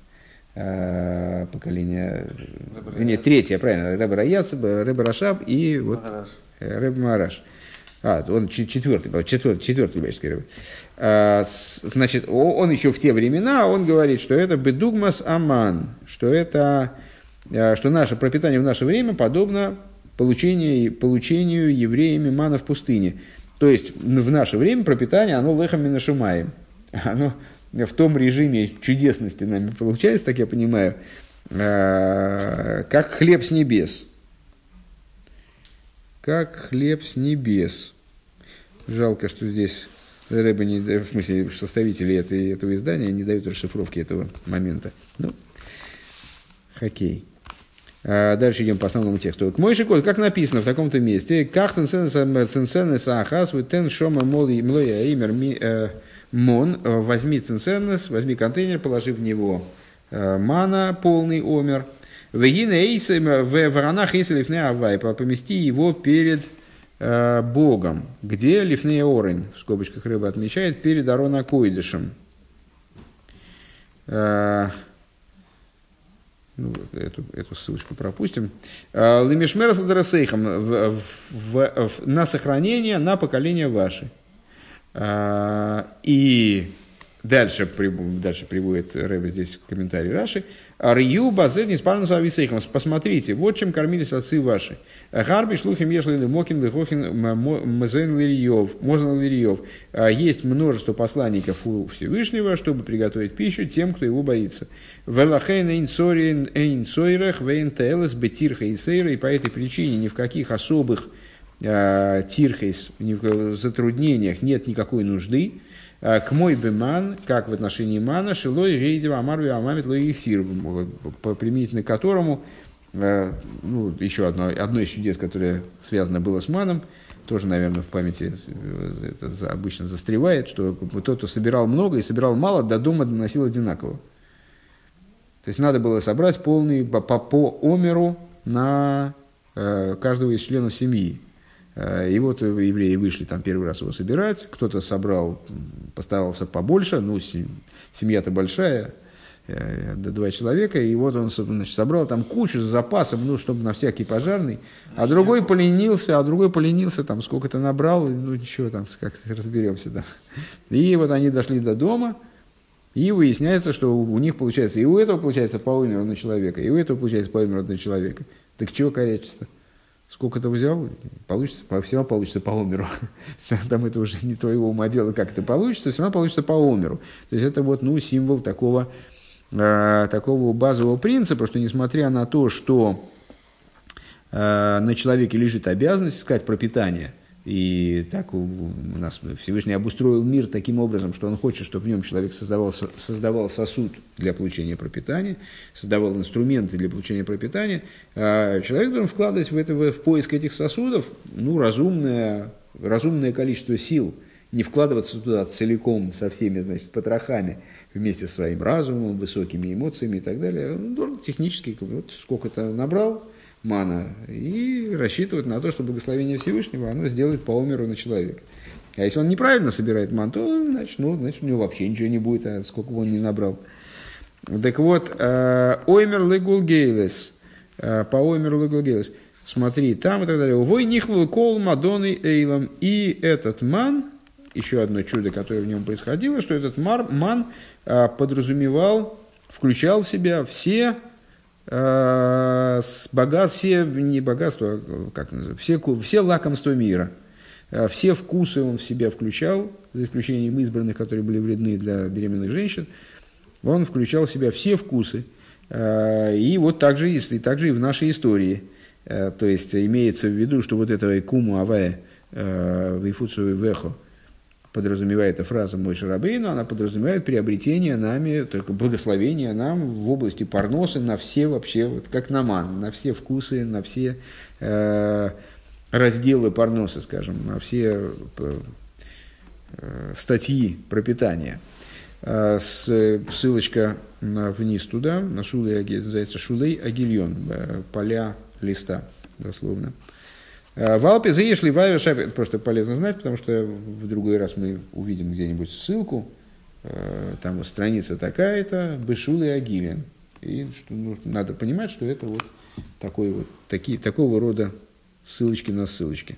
поколение, нет, третье, правильно, Ребе Раяц, Ребе Рашаб и вот Ребе Маараш. А, он четвертый, четвертый, четвертый Любавичский Ребе. А, значит, он еще в те времена, он говорит, что это бедугмас аман, что это, что наше пропитание в наше время подобно получению, получению евреями мана в пустыне. То есть, в наше время пропитание, оно лехам минашумаем. Оно в том режиме чудесности нами получается, так я понимаю, как хлеб с небес. Как хлеб с небес. Жалко, что здесь Ребе не, в смысле, составители этой, этого издания не дают расшифровки этого момента. Ну, хоккей. А дальше идем по основному тексту. К Мойше Коль, как написано в таком-то месте, как цинсенес ахас тен шома млоя имер мон, возьми цинсенес, возьми контейнер, положи в него мана, полный омер, в воронах есть лифней авай, помести его перед э, Богом, где лифней орен, в скобочках Рыба отмечает, перед Арон ха-Койдешем. Э, ну, эту, эту ссылочку пропустим. Лемишмер садрасейхам, на сохранение, на поколение ваше. Э, и Дальше, дальше приводит Ребе здесь комментарий Раши. Арью базет не спарнус ависейхам. Посмотрите, вот чем кормились отцы ваши. Гарби шлухим ешли мокин лихохин мазен лириев. Мозан лириев. Есть множество посланников у Всевышнего, чтобы приготовить пищу тем, кто его боится. Велахейн эйн сорин эйн сойрах вейн теэлэс бетирха и сейра. И по этой причине ни в каких особых э, тирхейс, ни в затруднениях нет никакой нужды. К мой беман, как в отношении мана, шилой рейдева амарви амамит лой сир, применительно к которому, ну, еще одно, одно из чудес, которое связано было с маном, тоже, наверное, в памяти это обычно застревает, что тот, кто собирал много и собирал мало, до дома доносил одинаково. То есть надо было собрать полный по, по омеру на каждого из членов семьи. И вот евреи вышли там первый раз его собирать, кто-то собрал, постарался побольше, ну, семья-то большая, два человека, и вот он, значит, собрал там кучу с запасом, ну, чтобы на всякий пожарный, а другой поленился, а другой поленился, там, сколько-то набрал, ну, ничего, там, как-то разберемся, да. И вот они дошли до дома, и выясняется, что у них получается, и у этого получается по умеру на человека, и у этого получается по умеру на человека. Так чего корячиться? Сколько ты взял, получится, все равно получится по омеру. Там это уже не твоего ума дело, как это получится, все равно получится по омеру. То есть это вот, ну, символ такого, э, такого базового принципа, что несмотря на то, что э, на человеке лежит обязанность искать пропитание, и так у, у нас Всевышний обустроил мир таким образом, что он хочет, чтобы в нем человек создавал, создавал сосуд для получения пропитания, создавал инструменты для получения пропитания, а человек должен вкладывать в, это, в поиск этих сосудов, ну, разумное, разумное количество сил не вкладываться туда целиком со всеми, значит, потрохами, вместе со своим разумом, высокими эмоциями и так далее. Он должен технически, вот сколько-то набрал мана, и рассчитывать на то, что благословение Всевышнего, оно сделает по омеру на человека. А если он неправильно собирает ман, то значит, ну, значит, у него вообще ничего не будет, а сколько бы он ни набрал. Так вот, оймер легул гейлес, по оймеру легул гейлес, смотри, там и так далее. Вой нихлу кол мадоны эйлам, и этот ман, еще одно чудо, которое в нем происходило, что этот мар, ман подразумевал, включал в себя все э, богатства, все, не богатства, как называется, все, все лакомства мира, все вкусы он в себя включал, за исключением избранных, которые были вредны для беременных женщин, он включал в себя все вкусы, э, и вот так же, и так же и в нашей истории. Э, то есть имеется в виду, что вот этого куму авая вейфуцу вехо подразумевает эта фраза Мойше Рабейну, она подразумевает приобретение нами, только благословение нам в области парноса на все вообще, вот как на ман, на все вкусы, на все э, разделы парноса, скажем, на все э, статьи пропитания. Э, с, ссылочка на, вниз туда, на шулей, называется Шулей Агильон, э, поля листа, дословно. В Алпе заешли вайвер шайб, это просто полезно знать, потому что в другой раз мы увидим где-нибудь ссылку, там вот страница такая-то, Бешул и Агилин. И что, ну, надо понимать, что это вот, такой вот такие, такого рода ссылочки на ссылочки.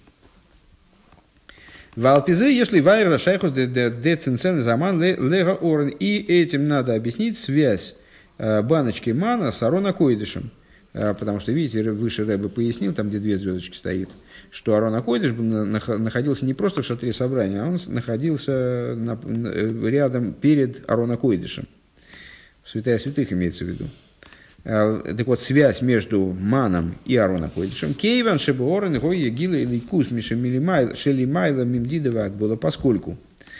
В Алпезе если вайвер шайхус де цинцен заман лега орен. И этим надо объяснить связь баночки мана с Арон ха-Койдешем. Потому что, видите, выше Рэбе пояснил, там, где две звездочки стоит, что Арон ха-Койдеш находился не просто в шатре собрания, а он находился на, рядом перед Арон ха-Койдешем. Святая святых имеется в виду. Так вот, связь между маном и Арон ха-Койдешем. Кейван шебуорен гой егила или кус мишемилимайла шелимайла мимдидова было, поскольку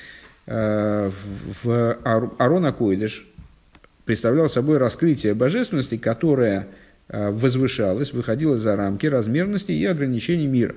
в Арон ха-Койдеш представлял собой раскрытие божественности, которое возвышалась, выходила за рамки размерности и ограничений мира.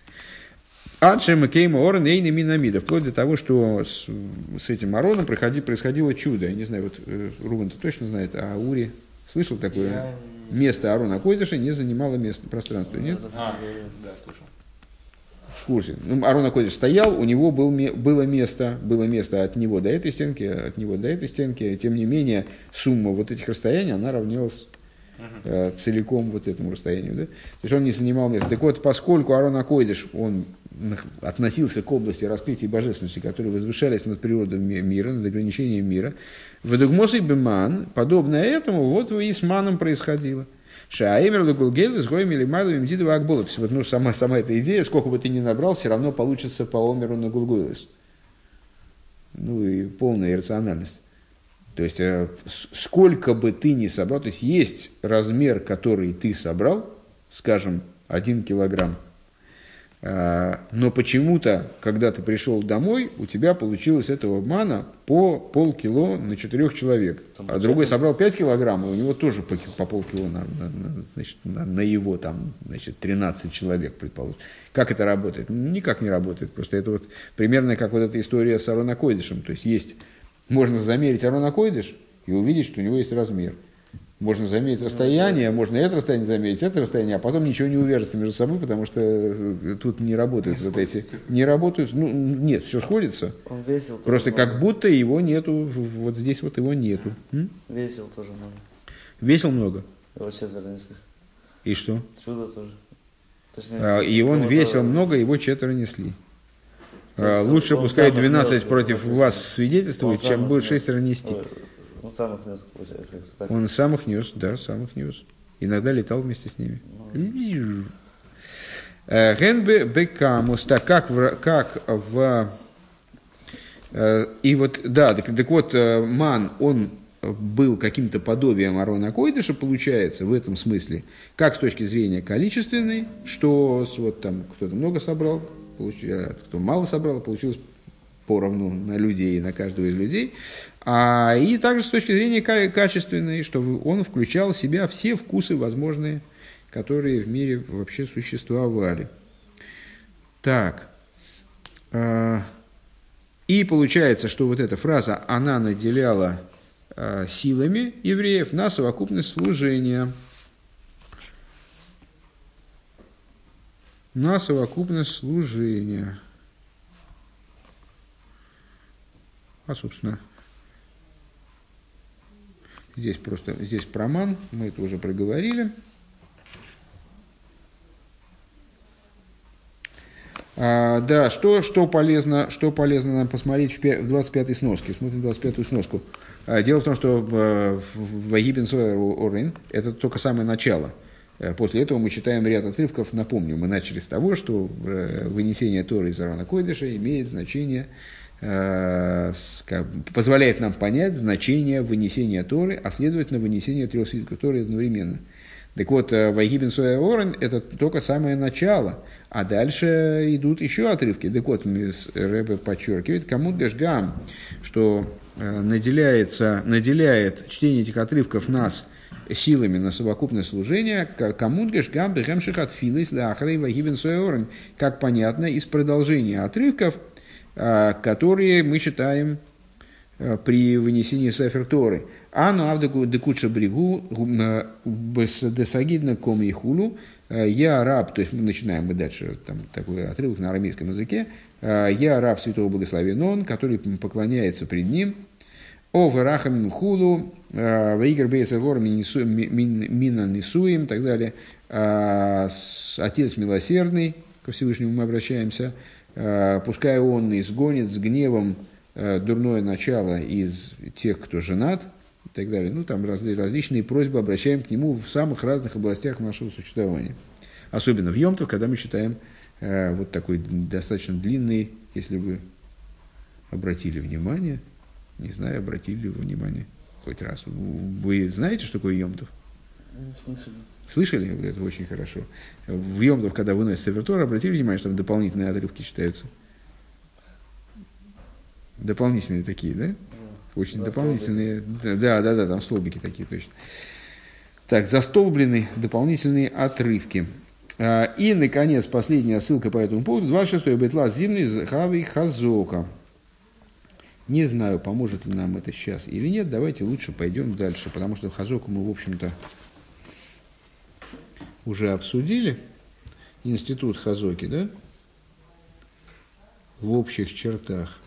Адшем кейма орен эйни минамида. Вплоть до того, что с, с этим Ароном происходило чудо. Я не знаю, вот Рубен-то точно знает, а Ури слышал такое? Я... Место Арона ха-Койдеша не занимало место, пространство, нет? А, да, слышал. В курсе. Ну, Арон ха-Койдеш стоял, у него был, было место, было место от него до этой стенки, от него до этой стенки. Тем не менее, сумма вот этих расстояний, она равнялась Uh-huh. целиком вот этому расстоянию. Да? То есть он не занимал места. Так вот, поскольку Арон ха-Койдеш, он относился к области раскрытия божественности, которые возвышались над природой мира, над ограничением мира, в Эдугмосой Беман, подобно этому, вот и с маном происходило. Шаэмер Лагулгель с Гоем или Майловым Дидова Акболопс. Вот, ну, сама, сама эта идея, сколько бы ты ни набрал, все равно получится по Омеру на Гулгуэлес. Ну и полная иррациональность. То есть, сколько бы ты ни собрал, то есть, есть размер, который ты собрал, скажем, один килограмм, но почему-то, когда ты пришел домой, у тебя получилось этого мана по полкило на четырех человек, там, а другой собрал пять килограмм, и у него тоже по, по полкило на, на, на, значит, на, на его там, значит, тринадцать человек, предположим. Как это работает? Никак не работает, просто это вот примерно как вот эта история с Арон ха-Койдешем, то есть, есть можно замерить Арон ха-Койдеш и увидеть, что у него есть размер. Можно замерить расстояние, можно это расстояние замерить, это расстояние, а потом ничего не увяжется между собой, потому что тут не работают не вот эти... Не работают, ну, нет, все сходится. Он весил просто тоже как много. Будто его нету, вот здесь вот его нету. М? Весил тоже много. Весил много? Его четверо несли. И что? Чудо тоже. Точнее, а, и он весил тоже... много, его четверо несли. А, лучше пускай двенадцать против вас свидетельствует, чем будет шестеро нести. Ой, он сам их нес, получается. Так. Он сам их нес, да, сам их нес. Иногда летал вместе с ними. Генбе бекамус, так как в, как в... И вот, да, так, так вот, ман, он был каким-то подобием Арон ха-Койдеша, получается, в этом смысле, как с точки зрения количественной, что вот там кто-то много собрал, кто мало собрал, получилось поровну на людей, на каждого из людей. А, и также с точки зрения качественной, что он включал в себя все вкусы возможные, которые в мире вообще существовали. Так. И получается, что вот эта фраза, она наделяла э, силами евреев на совокупность служения. На совокупность служения. А, собственно, здесь просто, здесь проман, мы это уже проговорили. А, да, что, что, полезно, что полезно нам посмотреть в двадцать пятой сноске. Смотрим двадцать пятую сноску. А, дело в том, что в, в Вайгибен Соэр Орин это только самое начало. После этого мы читаем ряд отрывков. Напомню, мы начали с того, что вынесение Торы из Арона Койдыша имеет значение, э, с, как, позволяет нам понять значение вынесения Торы, а следовательно вынесение трех свитков Торы одновременно. Так вот, Вайгибен Соэр Орин это только самое начало, а дальше идут еще отрывки. Так вот, Ребе подчеркивает, Камут Гашгам, что э, наделяется, наделяет чтение этих отрывков нас силами на совокупное служение, камунгеш гам бехемших отфилис лахрей вагибен суэорен, как понятно из продолжения отрывков, которые мы читаем при вынесении Сефер Торы. Ану авдеку декуча бригу десагидна ком и хулу. Я раб, то есть мы начинаем мы дальше там такой отрывок на арамейском языке. Я раб святого благословен он, который поклоняется пред ним. О варахам хулу, ваигр бейсагор мина нисуем и так далее. Отец милосердный, ко Всевышнему мы обращаемся, пускай он изгонит с гневом дурное начало из тех, кто женат, и так далее. Ну, там раз, различные просьбы обращаем к нему в самых разных областях нашего существования. Особенно в Йом Тов, когда мы читаем вот такой достаточно длинный, если вы обратили внимание, не знаю, обратили ли вы внимание хоть раз. Вы знаете, что такое Йом Тов? Слышали. Слышали? Это очень хорошо. В Йом Тов, когда выносят Сефер Тора, обратили внимание, что там дополнительные отрывки читаются? Дополнительные такие, да? Да. Очень да, дополнительные. Да, да, да, там столбики такие точно. Так, застолблены дополнительные отрывки. И, наконец, последняя ссылка по этому поводу. двадцать шестой Бейтлас Зимный Захавый Хазока. Не знаю, поможет ли нам это сейчас или нет. Давайте лучше пойдем дальше, потому что Хазоку мы, в общем-то, уже обсудили. Институт Хазоки, да? В общих чертах.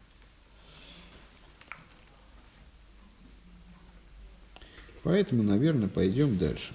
Поэтому, наверное, пойдем дальше.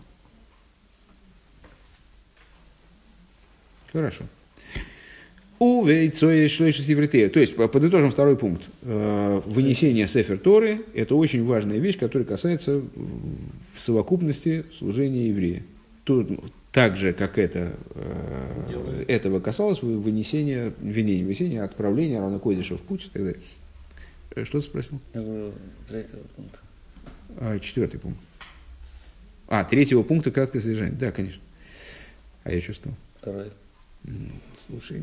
Хорошо. То есть, подытожим второй пункт. Вынесение Сефер Торы – это очень важная вещь, которая касается в совокупности служения еврея. Тут, так же, как это, этого касалось вынесения, винения, вынесения, отправления Арона Койдыша в путь и так далее. Что ты спросил? Третьего пункта. А, четвертый пункт. А, третьего пункта краткое содержание. Да, конечно. А я что сказал? Второй. Слушай,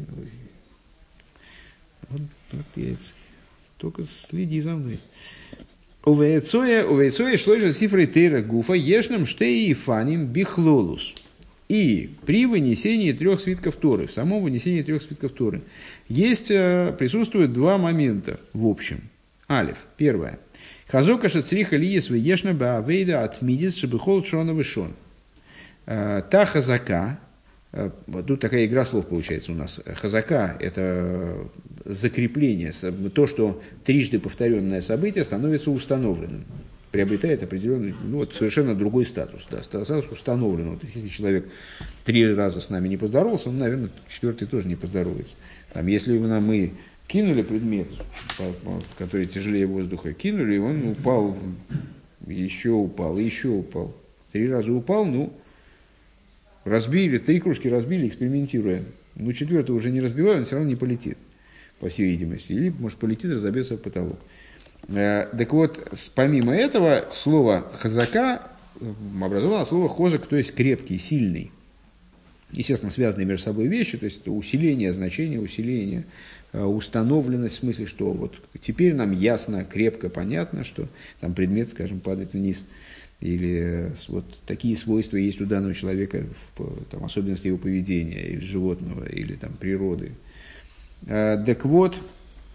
вот, вот я, только следи за мной. Увейцоя, увейцоя, шло же цифры тейра гуфа, ешным штей и фаним бихлолус. И при вынесении трех свитков Торы, в самом вынесении трех свитков Торы, есть, присутствуют два момента в общем. Алиф. Первое. Хазока шацриха лиес веешна баавейда отмидис шебихол шона вышон. Та хазака, тут такая игра слов получается у нас. Хазака – это закрепление, то, что трижды повторенное событие становится установленным, приобретает определенный, ну, вот совершенно другой статус, да, статус установленного. То есть, если человек три раза с нами не поздоровался, он, наверное, четвертый тоже не поздоровается. Там, если мы кинули предмет, который тяжелее воздуха, кинули, и он упал, еще упал, еще упал. Три раза упал, ну, разбили, три кружки разбили, экспериментируя. Ну, четвертый уже не разбивая, он все равно не полетит, по всей видимости. Или, может, полетит, разобьется в потолок. Так вот, помимо этого, слово «хазака» образовало слово «хозак», то есть крепкий, сильный. Естественно, связанные между собой вещи, то есть это усиление значения, усиление, установленность, в смысле, что вот теперь нам ясно, крепко, понятно, что там предмет, скажем, падает вниз, или вот такие свойства есть у данного человека, в, там, особенности его поведения, или животного, или там, природы. Так вот,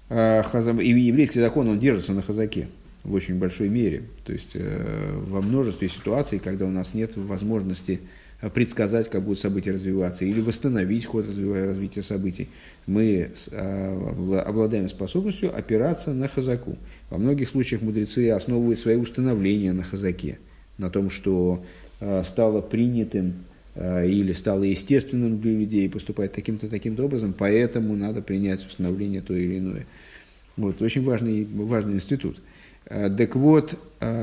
э, хаза, и еврейский закон, он держится на хазаке в очень большой мере. То есть э, во множестве ситуаций, когда у нас нет возможности предсказать, как будут события развиваться, или восстановить ход развития событий, мы обладаем способностью опираться на хазаку. Во многих случаях мудрецы основывают свои установления на хазаке, на том, что стало принятым или стало естественным для людей поступать таким-то, таким-то образом, поэтому надо принять установление то или иное. Вот, очень важный, важный институт. Так вот,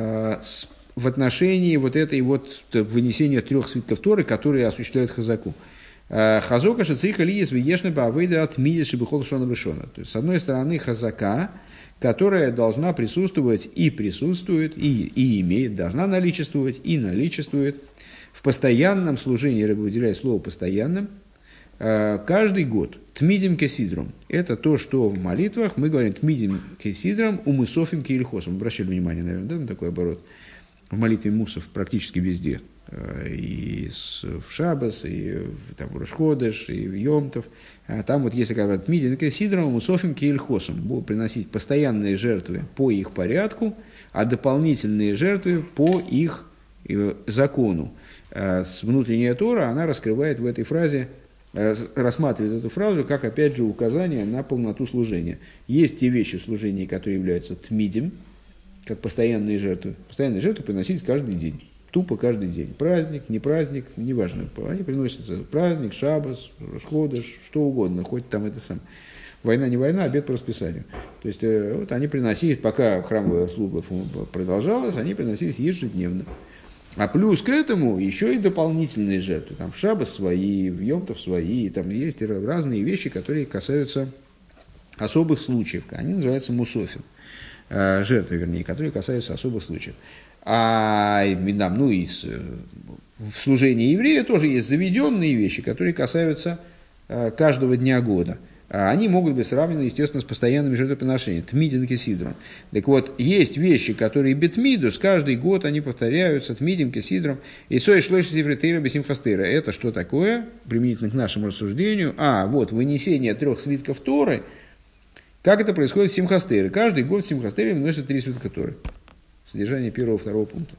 в отношении вот этой вот вынесения трех свитков Торы, которые осуществляют хазаку. Хазока шацриха лиес виешна баавейда от мидиши бихол шона бешона. То есть, с одной стороны, хазака, которая должна присутствовать и присутствует, и, и имеет, должна наличествовать и наличествует в постоянном служении, рыба выделяет слово «постоянным», каждый год. Тмидим кесидром. Это то, что в молитвах мы говорим тмидим кесидром, умысофим киельхосом. Обращали внимание, наверное, да, на такой оборот. В молитве мусов практически везде. И в Шабас, и там, в Рош-Ходеш, и в Йом-Тов. А там вот если говорят тмидим кесидром, умысофим киельхосом. Будут приносить постоянные жертвы по их порядку, а дополнительные жертвы по их закону. С внутренняя Тора, она раскрывает в этой фразе, рассматривает эту фразу как, опять же, указание на полноту служения. Есть те вещи в служении, которые являются тмидим, как постоянные жертвы. Постоянные жертвы приносились каждый день. Тупо каждый день. Праздник, не праздник, неважно. Они приносятся праздник, шаббас, Рош-Ходеш, что угодно. Хоть там это сам. Война, не война, обед по расписанию. То есть, вот они приносились, пока храмовая служба продолжалась, они приносились ежедневно. А плюс к этому еще и дополнительные жертвы. Там в Шаббас свои, в Йом-Тов свои. Там есть разные вещи, которые касаются особых случаев. Они называются мусофин. Жертвы, вернее, которые касаются особых случаев. А ну, и в служении еврея тоже есть заведенные вещи, которые касаются каждого дня года. Они могут быть сравнены, естественно, с постоянными жертвоприношениями. Тмидин кесидром. Так вот, есть вещи, которые бетмидус, каждый год они повторяются, тмидим кесидром. И сой шлойши сифритейра бесимхастейра. Это что такое, применительно к нашему рассуждению? А, вот, вынесение трех свитков Торы. Как это происходит в Симхастейре? Каждый год в Симхастейре выносят три свитка Торы. Содержание первого и второго пункта.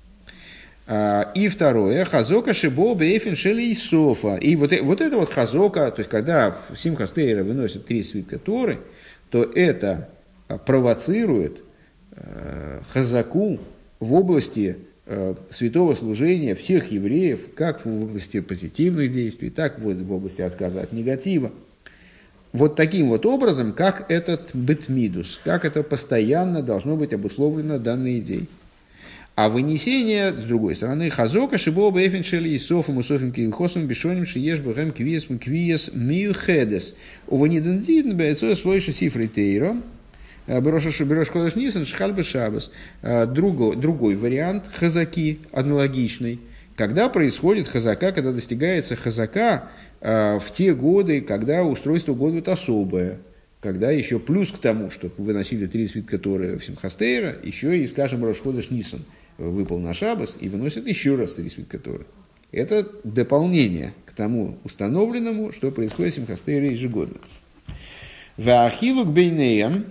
И второе, хазока шибо бейфин шели исофа. И вот, вот это вот хазока, то есть когда в Симхастейре выносят три свитка Торы, то это провоцирует хазаку в области святого служения всех евреев, как в области позитивных действий, так и в области отказа от негатива. Вот таким вот образом, как этот бетмидус, как это постоянно должно быть обусловлено данной идеей. А вынесение, с другой стороны, хазока шибо бэфин шели и софом усофим килхосом бешоним шиеш бэхэм квиес квиес миюхедес уванидензидн бэцоя слойши сифры тейро бэроша бэрош кодеш нисан шхаль бэшабас. Другой вариант хазаки, аналогичный, когда происходит хазака, когда достигается хазака в те годы, когда устройство года вот особое, когда еще плюс к тому, что выносили три свитка Торы в Симхастейра, еще и, скажем, Рош-Ходеш Нисан выпал на Шаббас и выносит еще раз три свитка Торы. Это дополнение к тому установленному, что происходит в Симхастейре ежегодно. Ваахилук бейнеям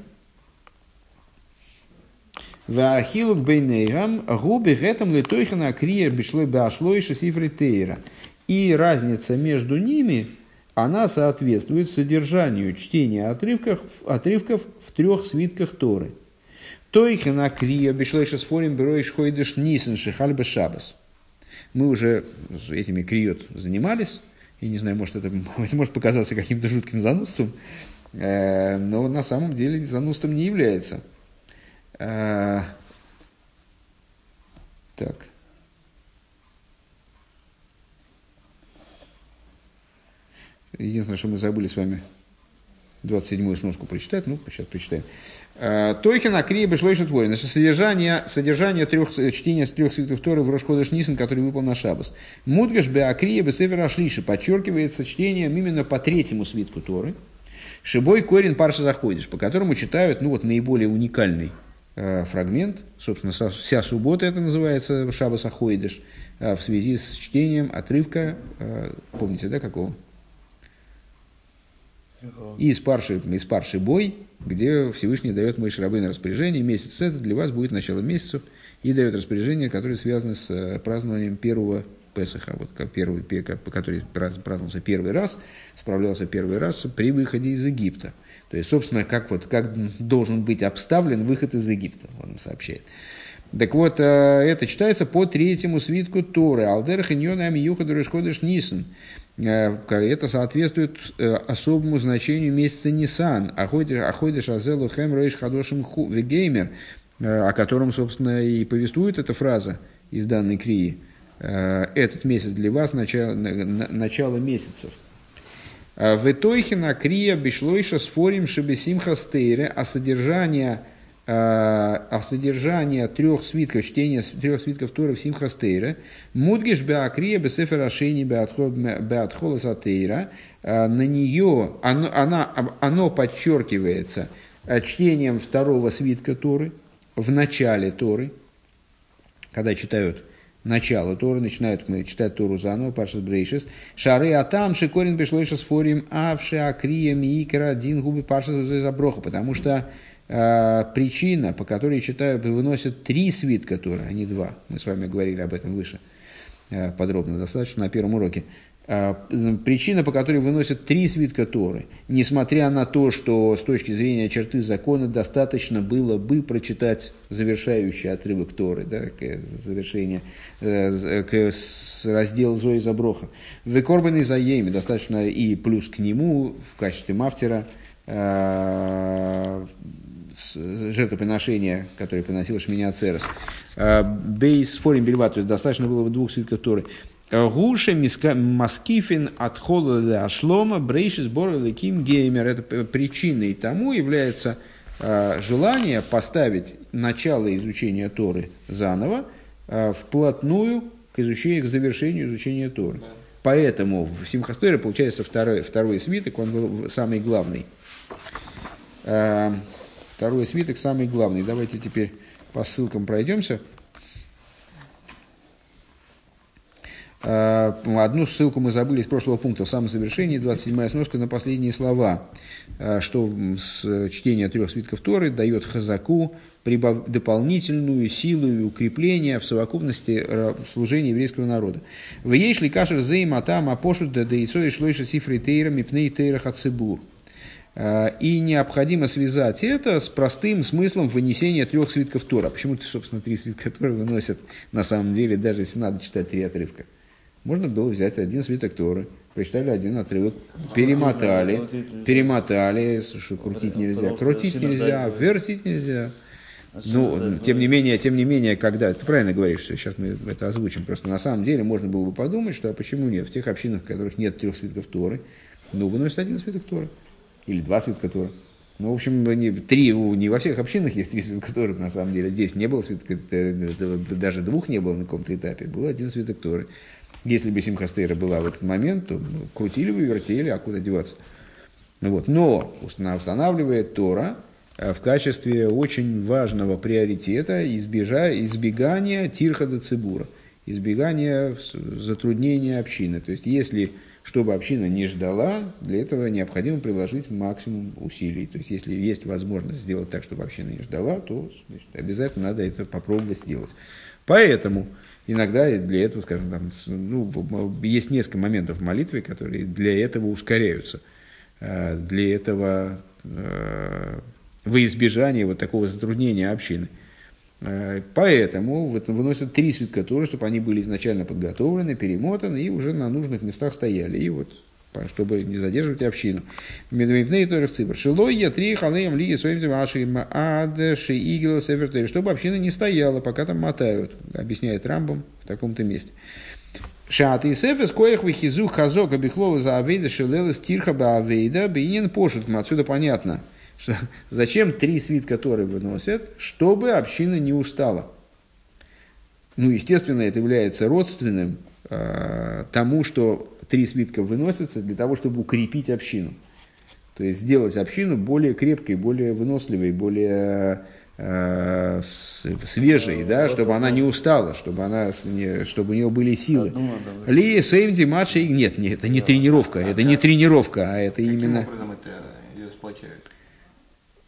Ваахилук бейнеям губи гетам летойхана акрия бишлой баашлой шесифры тейра. И разница между ними, она соответствует содержанию чтения отрывков, отрывков в трех свитках Торы. Тойхена крия бишлойша сфорим бероиш хойдеш нисен шихаль бешабас. Мы уже этими криот занимались. Я не знаю, может, это, это может показаться каким-то жутким занудством, но на самом деле занудством не является. Так. Единственное, что мы забыли с вами двадцать седьмую сноску прочитать, ну, сейчас прочитаем. Тойхен акрия бешлойши творин. Значит, содержание, содержание трех, чтения трех свитков Торы в Рош-Ходеш Нисан, который выпал на Шаббас. Мудгаш бе акрия бе сефер ашлиши. Подчеркивается чтением именно по третьему свитку Торы. Шибой корень парша заходишь, по которому читают, ну, вот, наиболее уникальный э, фрагмент. Собственно, со, вся суббота это называется Шаббас Ахойдеш, э, в связи с чтением отрывка, э, помните, да, какого? Из парши, из парши бой, где Всевышний дает Моше Рабейну распоряжение, месяц этот для вас будет начало месяца, и дает распоряжение, которое связано с празднованием первого Песаха, вот как первый, который праздновался первый раз, справлялся первый раз при выходе из Египта. То есть, собственно, как, вот, как должен быть обставлен выход из Египта, он сообщает. Так вот, это читается по третьему свитку Торы. Алдер хиньон ам юха дуреш ходеш Нисан. Это соответствует особому значению месяца Нисан. Аходеш азелу хэм рейш хадошим ху вегеймер, о котором, собственно, и повествует эта фраза из данной крии. Этот месяц для вас начало, начало месяцев. В итойхина крия бишлойша сфорим шебесимха стейре, а содержание а содержание трех свитков, чтение трех свитков Торы в Симхастейра, мудгиш беакрия бесефер ашени беатхола сатейра, на нее, оно, она, оно подчеркивается чтением второго свитка Торы, в начале Торы, когда читают начало Торы, начинают мы читать Тору заново, Паршас Брейшис, шары атам шикорин бешлойша сфорим авши акрия миикра дин губи Паршас Заброха, потому что причина, по которой читают и выносят три свитка Торы, а не два. Мы с вами говорили об этом выше, подробно, достаточно на первом уроке. Причина, по которой выносят три свитка Торы, несмотря на то, что с точки зрения черты закона достаточно было бы прочитать завершающий отрывок Торы, да, к завершению, к разделу Зои Заброха. В Корбан Заеми достаточно и плюс к нему в качестве мафтера жертвоприношения, которое приносил Шмини Ацерес. Бейс форим бельва, то есть достаточно было бы двух свитков Торы. Гуша маскифин от холода ашлома брейшис борликим геймер. Это причиной тому является желание поставить начало изучения Торы заново вплотную к изучению, к завершению изучения Торы. Поэтому в Симхас-Торе получается второй, второй свиток, он был самый главный. Второй свиток самый главный. Давайте теперь по ссылкам пройдемся. Одну ссылку мы забыли из прошлого пункта. В самом завершении, двадцать седьмая сноска на последние слова, что с чтения трех свитков Торы дает хазаку, прибав... дополнительную силу и укрепление в совокупности служения еврейского народа. В ейшли кашер зейм атам апошут да дейсой шлойша сифрей тейра мипней тейра хацибур. И необходимо связать это с простым смыслом вынесения трех свитков Тора. Почему-то, собственно, три свитка Тора выносят на самом деле, даже если надо читать три отрывка. Можно было взять один свиток Торы, прочитали один отрывок, перемотали, перемотали, слушай, крутить нельзя, крутить нельзя, вертить нельзя. Ну, тем не менее, тем не менее, когда, ты правильно говоришь, что сейчас мы это озвучим, просто на самом деле можно было бы подумать, что а почему нет, в тех общинах, в которых нет трех свитков Торы, ну, выносят один свиток Торы. Или два свитка Торы. Ну, в общем, не, три, не во всех общинах есть три свитка Торы, на самом деле. Здесь не было свитка, даже двух не было на каком-то этапе. Был один свиток Торы. Если бы Симхас Тейра была в этот момент, то ну, крутили бы, вертели, а куда деваться. Вот. Но устанавливает Тора в качестве очень важного приоритета избежа, избегания тирхада цибура, избегания затруднения общины. То есть, если чтобы община не ждала, для этого необходимо приложить максимум усилий. То есть, если есть возможность сделать так, чтобы община не ждала, то значит, обязательно надо это попробовать сделать. Поэтому иногда для этого, скажем, там, ну, есть несколько моментов в молитве, которые для этого ускоряются. Для этого во избежание вот такого затруднения общины. Поэтому выносят три свитка Торы, чтобы они были изначально подготовлены, перемотаны и уже на нужных местах стояли. И вот, чтобы не задерживать общину. Чтобы община не стояла, пока там мотают, объясняет Рамбам в таком-то месте. Шат и сефес коих вихизу хазок обихлова за авейда шелелес тирха ба авейда бинин пошут. Отсюда понятно, что зачем три свитка Торы выносят, чтобы община не устала. Ну, естественно, это является родственным э, тому, что три свитка выносятся для того, чтобы укрепить общину. То есть сделать общину более крепкой, более выносливой, более э, свежей, да, чтобы она не устала, чтобы, она, чтобы у нее были силы. Ли Сеймди Матши. Нет, нет, это не тренировка, это не тренировка, а это именно. Каким образом это ее сплочает?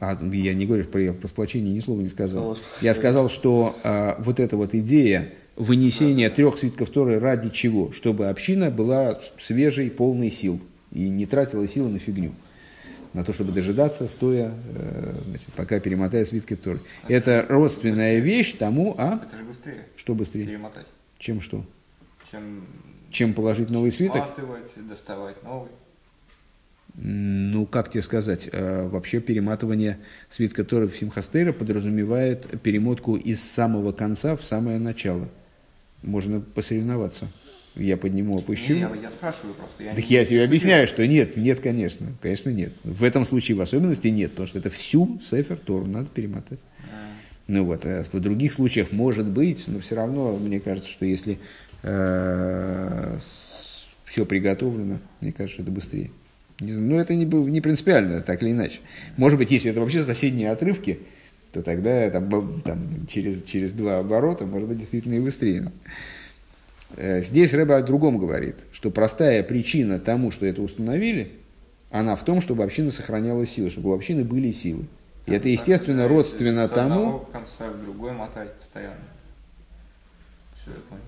А, я не говорю, про, про сплочение ни слова не сказал. Я сказал, что а, вот эта вот идея вынесения трех свитков Торы ради чего? Чтобы община была свежей, полной сил и не тратила силы на фигню. На то, чтобы дожидаться, стоя, э, значит, пока перемотает свитки Торы. Это, это родственная быстрее. Вещь тому, а? Это же быстрее. Что быстрее? Перемотать. Чем что? Чем, Чем положить новый свиток? Доставать новый. Ну, как тебе сказать, вообще перематывание свитка Торы в Симхас Тейра подразумевает перемотку из самого конца в самое начало. Можно посоревноваться. Я подниму, опущу. Не, я, я спрашиваю просто. Я так не, я не тебе объясняю, что нет, нет, конечно, конечно нет. В этом случае в особенности нет, потому что это всю Сефер Тору надо перемотать. А. Ну вот, а в других случаях может быть, но все равно, мне кажется, что если э, все приготовлено, мне кажется, что это быстрее. Ну, это не, не принципиально, так или иначе. Может быть, если это вообще соседние отрывки, то тогда там, там, через, через два оборота, может быть, действительно и быстрее. Здесь Рэбе о другом говорит, что простая причина тому, что это установили, она в том, чтобы община сохраняла силы, чтобы у общины были силы. И а это, естественно, родственно тому... С одного конца в другой мотать постоянно. Все, я понял.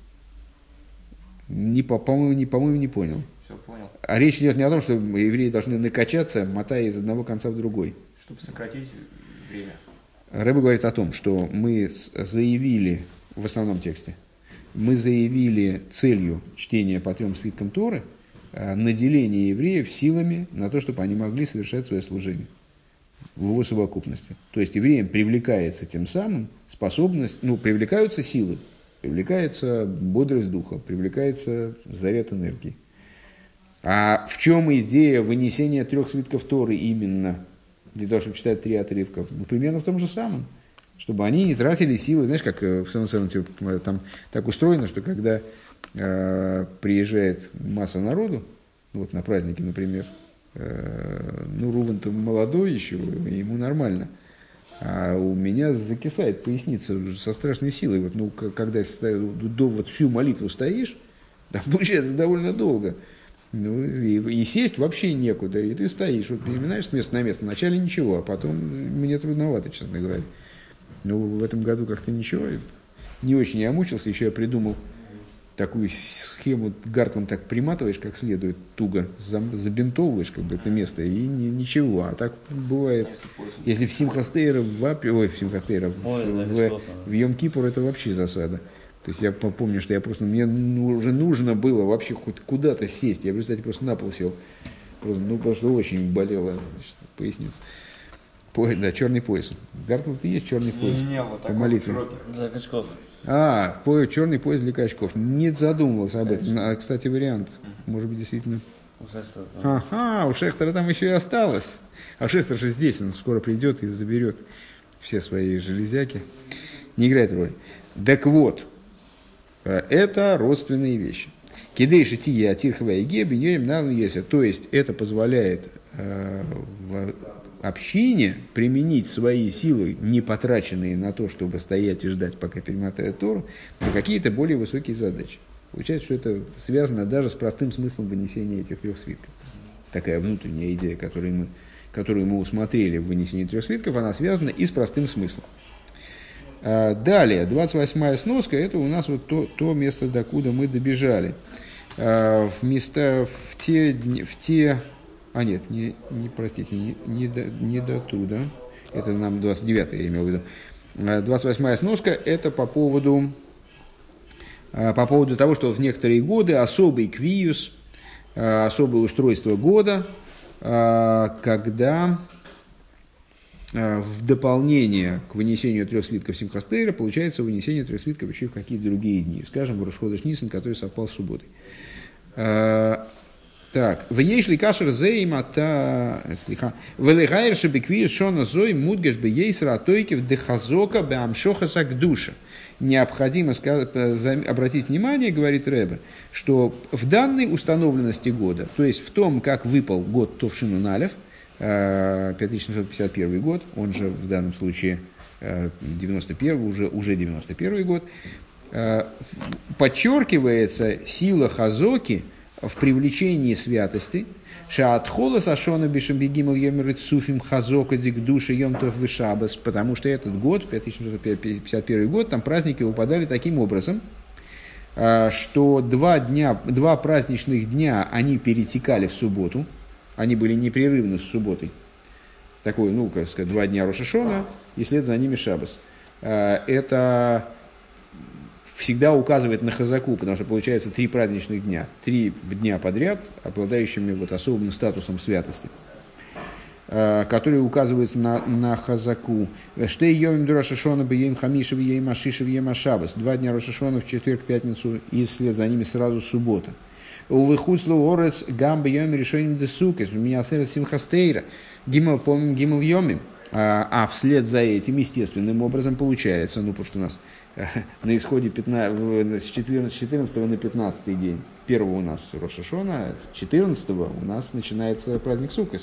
Не, по-моему, не, по-моему, не понял. Все, понял. А речь идет не о том, что евреи должны накачаться, мотая из одного конца в другой. Чтобы сократить время. Рэбе говорит о том, что мы заявили, в основном тексте, мы заявили целью чтения по трем свиткам Торы наделение евреев силами на то, чтобы они могли совершать свое служение в его совокупности. То есть евреям привлекается тем самым способность, ну, привлекаются силы, привлекается бодрость духа, привлекается заряд энергии. А в чем идея вынесения трех свитков Торы именно для того, чтобы читать три отрывка? Ну, примерно в том же самом. Чтобы они не тратили силы. Знаешь, как в самом деле там так устроено, что когда э, приезжает масса народу, вот на праздники, например, э, ну, Рувен-то молодой еще, ему нормально. А у меня закисает поясница со страшной силой. Вот, ну, когда до, вот всю молитву стоишь, там получается довольно долго. Ну, и, и сесть вообще некуда. И ты стоишь, вот переминаешь с места на место. Вначале ничего, а потом мне трудновато, честно говоря. Ну, в этом году как-то ничего. Не очень я мучился. Еще я придумал такую схему. Гартлом так приматываешь как следует, туго забинтовываешь как бы это место, и ни, ничего. А так бывает, если в Симхас Тейра, ой, в Симхас Тейра, в, в, в Йом-Кипур это вообще засада. То есть я помню, что я просто, мне уже нужно было вообще хоть куда-то сесть. Я, кстати, просто на пол сел. Просто, ну, потому что очень болела, значит, поясница. По, да, черный пояс. Гартл, ты есть черный пояс? Не, не, вот по молитве. Для качков. А, по, черный пояс для качков. Не задумывался об этом. А, кстати, вариант. Может быть, действительно. Ага, у Шехтера там еще и осталось. А Шехтер же здесь, он скоро придет и заберет все свои железяки. Не играет роли. Так вот, это родственные вещи. Кидейши тия тирховая геби нерем нам есть. То есть это позволяет э, в общине применить свои силы, не потраченные на то, чтобы стоять и ждать, пока перемотают Тору, на какие-то более высокие задачи. Получается, что это связано даже с простым смыслом вынесения этих трех свитков. Такая внутренняя идея, которую мы, которую мы усмотрели в вынесении трех свитков, она связана и с простым смыслом. Далее, двадцать восьмая сноска, это у нас вот то, то место, докуда мы добежали. В места, в те, в те, а нет, не, не простите, не, не, до, не до туда, это нам двадцать девятая, я имел в виду. двадцать восьмая сноска, это по поводу, по поводу того, что в некоторые годы особый квиюс, особое устройство года, когда... в дополнение к вынесению трех свитков Симхас Тейра получается вынесение трех свитков еще в какие-то другие дни. Скажем, в Рош ходеш Нисан, который совпал с субботой. Так. В ейшли кашер зеймата слиха. Велегайр шебеквир шона зой мудгаш бе ейсра атойкев дехазока бе амшоха сагдуша. Необходимо обратить внимание, говорит Ребе, что в данной установленности года, то есть в том, как выпал год Товшину Налев, пять тысяч семьсот пятьдесят первый год, он же в данном случае девяносто первый, уже, уже девяносто первый год, подчеркивается сила Хазоки в привлечении святости, шаатхола сашона бишамбегимов йомерит суфим хазока дикдуши йомтов вишабас, потому что этот год, тысяча семьсот пятьдесят первый год, там праздники выпадали таким образом, что два, дня, два праздничных дня они перетекали в субботу, они были непрерывны с субботой. Такой, ну, как сказать, два дня Рош ха-Шана, и след за ними Шаббас. Это всегда указывает на хазаку, потому что получается три праздничных дня, три дня подряд, обладающими вот особым статусом святости, которые указывают на, на хазаку. Штей йомим ду Рош ха-Шана б'ем хамиша б'ем ашиша б'ем ашабас. Два дня Рош ха-Шана в четверг, пятницу, и след за ними сразу суббота. Увыхуцлу орец гам б'ем решением десукес. У меня сэрс симхастейра. Гимал помним гимал йомим. А вслед за этим естественным образом получается, ну, потому что у нас на исходе пятнадцатого, с четырнадцатого на пятнадцатый день, первого у нас Рош ха-Шана, четырнадцатого у нас начинается праздник Суккот,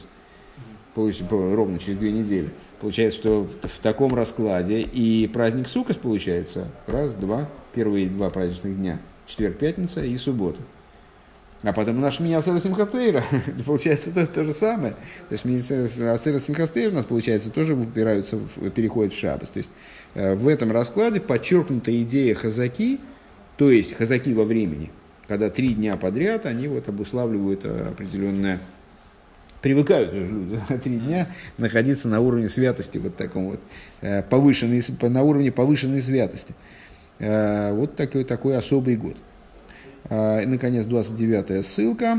ровно через две недели. Получается, что в таком раскладе и праздник Суккот получается раз, два, первые два праздничных дня, четверг, пятница и суббота. А потом наш Миньясера Симхастейра, получается то, то же самое. То есть Миньясера Симхастейра у нас, получается, тоже упираются, переходят в Шаббас. То есть в этом раскладе подчеркнута идея хазаки, то есть хазаки во времени, когда три дня подряд они вот обуславливают определенное, привыкают люди три дня находиться на уровне святости, вот таком вот, повышенной, на уровне повышенной святости. Вот такой, такой особый год. И, наконец, двадцать девятая ссылка,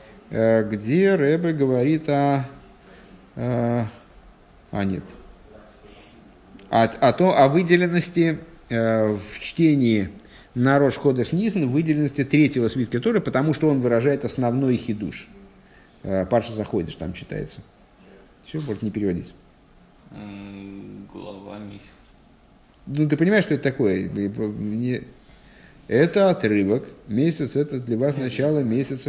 где Ребе говорит о... А, нет. О, о, то, о выделенности в чтении на Рош Ходеш Нисан, выделенности третьего свитка Торы, потому что он выражает основной хидуш. Парша заходишь, там читается. Все, можно не переводить. Глава месяца. Ну, ты понимаешь, что это такое? Мне... Это отрывок. Месяц – это для вас начало месяцев.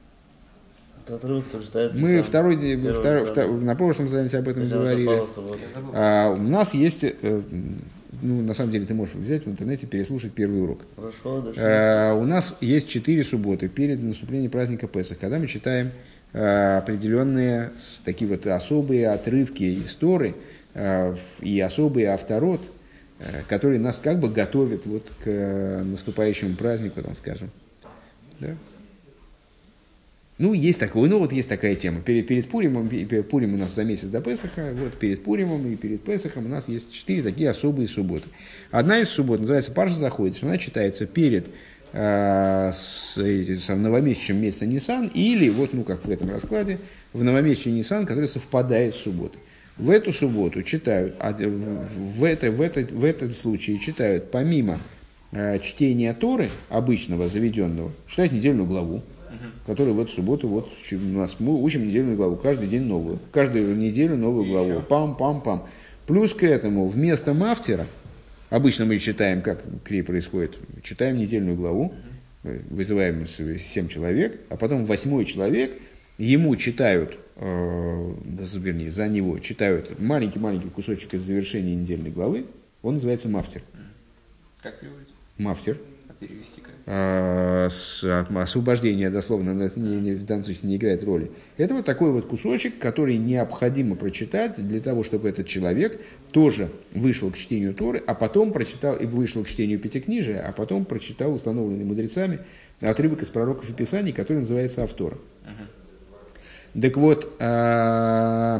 Это отрывок, который читает Мы Нисан, второй, второй, второй, на прошлом занятии об этом говорили. А, у нас есть, ну, на самом деле, ты можешь взять в интернете, переслушать первый урок. Хорошо, а, у нас есть четыре субботы перед наступлением праздника Песах, когда мы читаем а, определенные такие вот особые отрывки из Торы а, и особые авторот, которые нас как бы готовят вот к наступающему празднику, там, скажем. Да? Ну, есть такое, ну, вот есть такая тема. Перед, перед Пуримом, Пурим у нас за месяц до Песаха, вот перед Пуримом и перед Песахом у нас есть четыре такие особые субботы. Одна из суббот называется Парша заходишь, она читается перед э, с, с новомесячным месяцем Нисан, или, вот, ну, как в этом раскладе, в новомесячный Нисан, который совпадает с субботой. В эту субботу читают, в, это, в, это, в этом случае читают, помимо э, чтения Торы, обычного, заведенного, читают недельную главу, uh-huh. которую в эту субботу, вот у нас мы учим недельную главу, каждый день новую, каждую неделю новую главу, пам-пам-пам. Плюс к этому, вместо мафтера, обычно мы читаем, как крей происходит, читаем недельную главу, uh-huh. вызываем семь человек, а потом восьмой человек, ему читают, вернее, за него читают маленький-маленький кусочек из завершения недельной главы, он называется мафтер. Как переводить? Мафтер. А перевести как? А, с, освобождение, дословно, это не, не, в данном случае не играет роли. Это вот такой вот кусочек, который необходимо прочитать для того, чтобы этот человек тоже вышел к чтению Торы, а потом прочитал, и вышел к чтению Пятикнижия, а потом прочитал установленный мудрецами отрывок из пророков и Писаний, который называется Автора. Uh-huh. Так вот, э,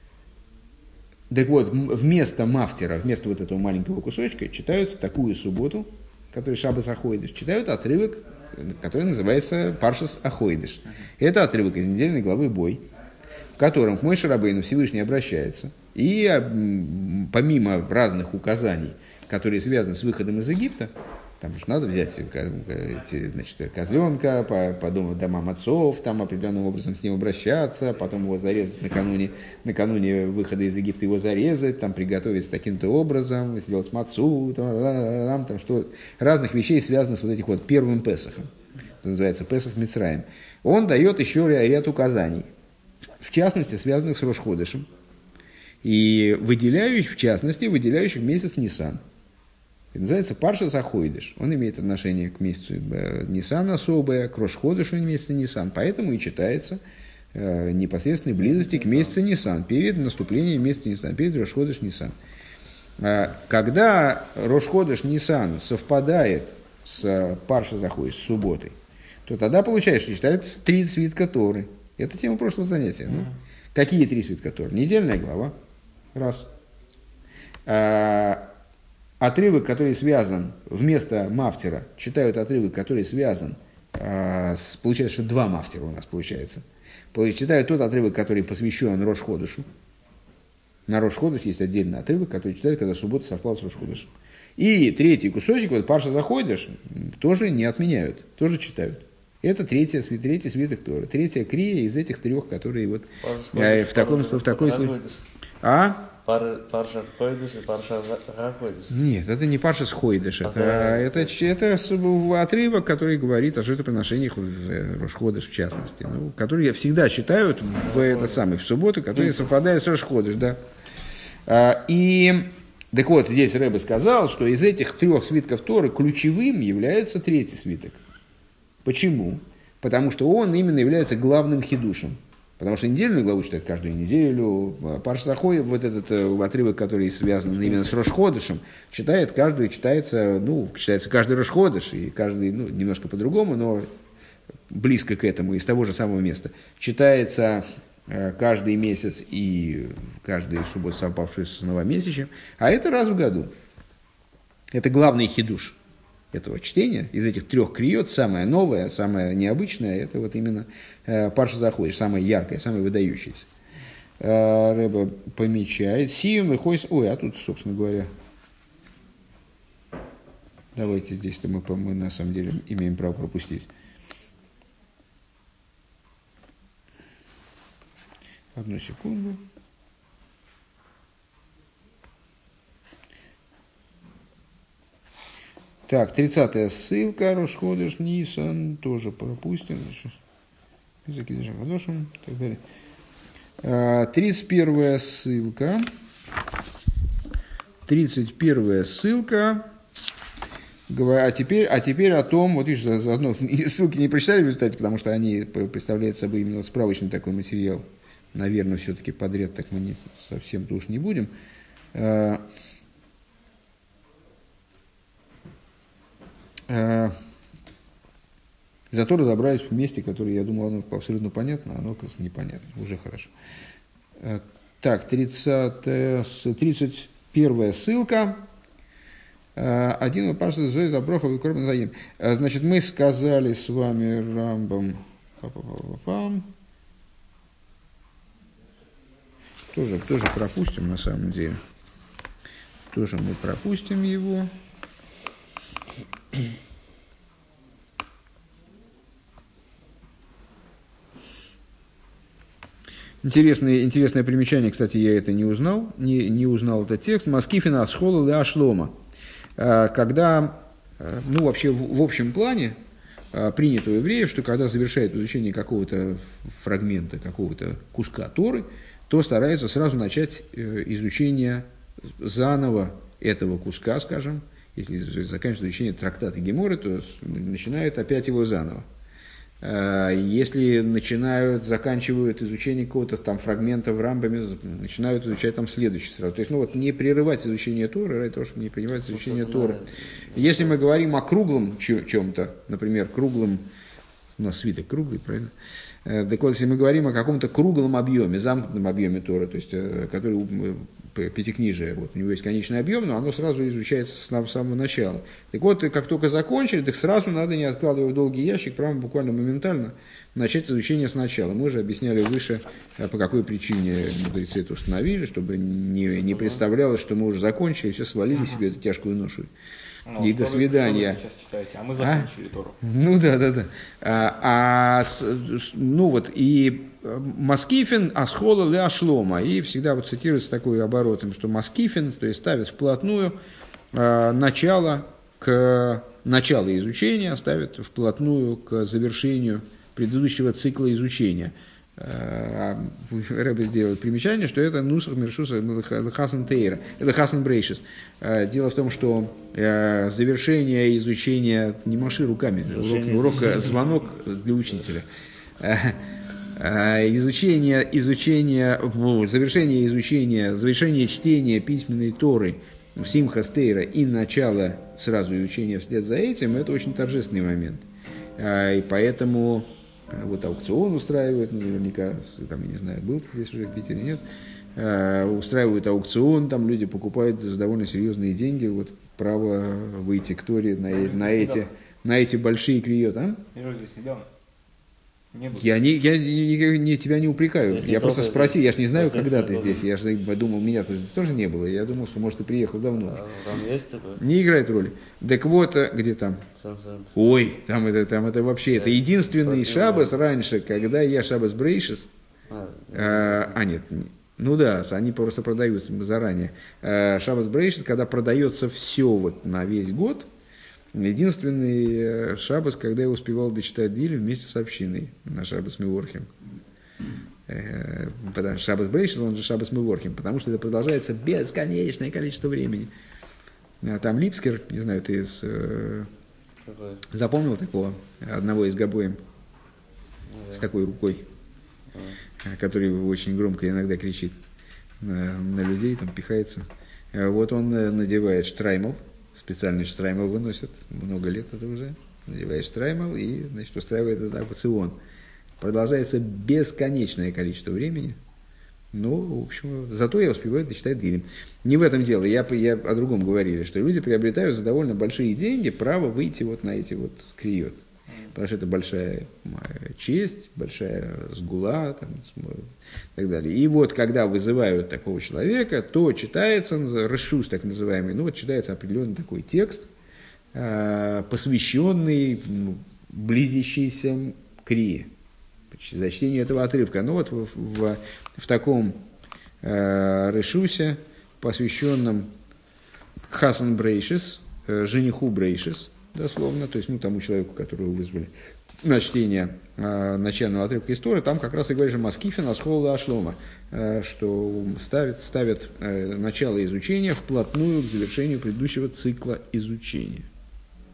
так вот, вместо мафтера, вместо вот этого маленького кусочка, читают такую субботу, который Шаббас Ахойдыш, читают отрывок, который называется Паршас Ахойдыш. Это отрывок из недельной главы Бой, в котором к Моше Рабейну Всевышний обращается, и помимо разных указаний, которые связаны с выходом из Египта, там уж надо взять эти, значит, козленка, по, по дому, домам отцов, там определенным образом с ним обращаться, потом его зарезать накануне, накануне выхода из Египта, его зарезать, там приготовить таким-то образом, сделать мацу, там, там, что, разных вещей, связанных с вот этим вот первым Песахом, что называется Песах Мицраим. Он дает еще ряд указаний, в частности, связанных с Рош Ходешем, и выделяющих, в частности, выделяющих месяц Нисан. Это называется Паршас Ахойдыш. Он имеет отношение к месяцу Нисан особое, к Рош Ходышу месяца Нисан. Поэтому и читается э, непосредственной близости к месяцу Нисан, перед наступлением месяца Нисан, перед Рош Ходыш Нисан. Э, когда Рош Ходыш Нисан совпадает с Паршас Ахойдыш, с субботой, то тогда получается, что читается три свитка Торы. Это тема прошлого занятия. Mm-hmm. Ну, какие три свитка Торы? Недельная глава. Раз. А, отрывок, который связан, вместо мафтера, читают отрывок, который связан, а, с, получается, что два мафтера у нас получается. Читают тот отрывок, который посвящен Рош Ходышу. На Рош Ходыш есть отдельный отрывок, который читают, когда суббота совпала с Рош Ходышем. И третий кусочек, вот Паршас Ахойдыш, тоже не отменяют, тоже читают. Это третья, третий свиток Торы. Третья крия из этих трех, которые вот э, в, таком, в такой случае... А? Паршас Хойдыш и Паршас Хойдыш. Нет, это не Паршас Хойдыш. Это, это, это, это отрывок, который говорит о жертвоприношениях в Рош Ходыш, в частности. Ну, которые всегда считают в этот самый, в субботу, которые совпадают с Рош Ходыш, да. А, и... Так вот, здесь Рэбе сказал, что из этих трех свитков Торы ключевым является третий свиток. Почему? Потому что он именно является главным хидушем. Потому что недельную главу читают каждую неделю. Паршас Ахойдыш, вот этот отрывок, который связан именно с Рош Ходышем, читает каждую, читается, ну, читается каждый Рош Ходыш, и каждый, ну, немножко по-другому, но близко к этому, из того же самого места. Читается каждый месяц и каждую субботу, совпавшую с новомесячем. А это раз в году. Это главный хидуш этого чтения. Из этих трех криот самое новое, самое необычное, это вот именно э, Паршас Ахойдыш, самое яркое, самое выдающееся. Э, Рэбе помечает. Сиюм и хойс... Ой, а тут, собственно говоря, давайте здесь-то мы, мы на самом деле имеем право пропустить. Одну секунду. Так, тридцатая ссылка, Рош Ходыш Нисан, тоже пропустим. Закидыш Хадошим и так далее. тридцать первая ссылка. тридцать первая ссылка. А теперь, а теперь о том, вот видишь, заодно ссылки не прочитали в результате, потому что они представляют собой именно справочный такой материал. Наверное, все-таки подряд так мы не, совсем-то уж не будем. А, а, зато разобрались в месте, которое, я думал, оно абсолютно понятно, а оно, кажется, непонятно. Уже хорошо. А, так, тридцатая, тридцать первая ссылка. Один Паршас Зои Заброха Викорбан Заим. Значит, мы сказали с вами Рамбам. Па-па-па-па-пам. Тоже, тоже пропустим, на самом деле. Тоже мы пропустим его. Интересное, интересное примечание, кстати, я это не узнал. Не, не узнал этот текст. Маскифина Асхола Леа Шлома. Когда, ну, вообще, в, в общем плане, принято у евреев, что когда завершают изучение какого-то фрагмента, какого-то куска Торы, то стараются сразу начать изучение заново этого куска, скажем. Если заканчивают изучение трактата Геморы, то начинают опять его заново. Если начинают, заканчивают изучение какого-то там фрагмента в Рамбаме, начинают изучать там следующий сразу. То есть, ну вот, не прерывать изучение Торы, ради того, чтобы не прерывать изучение Торы. Если мы говорим о круглом чем-то, например, круглом, у нас свиток круглый, правильно? Так вот, если мы говорим о каком-то круглом объеме, замкнутом объеме Торы, то есть, который пятикнижие, вот, у него есть конечный объем, но оно сразу изучается с самого начала. Так вот, как только закончили, так сразу надо, не откладывая в долгий ящик, прямо буквально моментально начать изучение сначала. Мы уже объясняли выше, по какой причине мудрецы это установили, чтобы не, не представлялось, что мы уже закончили, все свалили себе эту тяжкую ношу. Ну, и до свидания. Вы сейчас читаете, а мы закончили а? Тору. Ну да, да, да. А, а, ну вот, и Маскифин Асхола Леа Шлома. И всегда вот цитируется такой оборотом, что Маскифин, то есть ставит вплотную а, начало к началу изучения, ставит вплотную к завершению предыдущего цикла изучения. Рэбе сделает примечание, что это нусах мершуса хасан тейра, это хасан брейшис. Дело в том, что завершение изучения, не маши руками, урок, урок звонок для учителя. Изучение, изучение, завершение изучения, завершение чтения письменной Торы в Симхас Тейра и начало сразу изучения вслед за этим, это очень торжественный момент. И поэтому вот аукцион устраивают, наверняка, там, я не знаю, был ты здесь уже в Питере, нет, устраивают аукцион, там люди покупают за довольно серьезные деньги вот право выйти к Торе на, на, эти, на эти большие криот, а? Я же здесь недавно. Не я не, я не, не, тебя не упрекаю, Если я просто спросил, я же не знаю, когда ты было. здесь, я же думал, меня -то тоже не было, я думал, что, может, ты приехал давно. А, там есть такое? Не играет роли. Так вот, где там? Сан-Сан. Ой, там это, там это вообще, Я это единственный не шаббас знаю. раньше, когда я шаббас брейшис, А, а, а нет, ну да, они просто продаются заранее. А, шаббас брейшис, когда продается все вот на весь год, единственный шаббас, когда я успевал дочитать Дилю вместе с общиной на шаббас Меворхим. Потому что шаббас брейшис, он же шаббас Меворхим, потому что это продолжается бесконечное количество времени. Там Липскер, не знаю, ты с, какой? запомнил такого, одного из Габоем, Да. с такой рукой, который очень громко иногда кричит на, на людей, там пихается. Вот он надевает штраймл, специальный штраймл выносит, много лет это уже, надевает штраймл и, значит, устраивает этот аукцион. Продолжается бесконечное количество времени. Ну, в общем, зато я успеваю дочитать Дилем. Не в этом дело, я, я о другом говорили, что люди приобретают за довольно большие деньги право выйти вот на эти вот криот. Потому что это большая честь, большая сгула там, и так далее. И вот, когда вызывают такого человека, то читается, решус так называемый, ну вот читается определенный такой текст, посвященный близящейся крие, за чтение этого отрывка. Ну вот в, в, в таком решусе, посвященном Хасан Брейшис, жениху Брейшис, дословно, то есть ну, тому человеку, которого вызвали на чтение э, начального отрывка истории, там как раз и говорит, что Маскифин Асхола Ашлома, э, что ставит, ставит э, начало изучения вплотную к завершению предыдущего цикла изучения.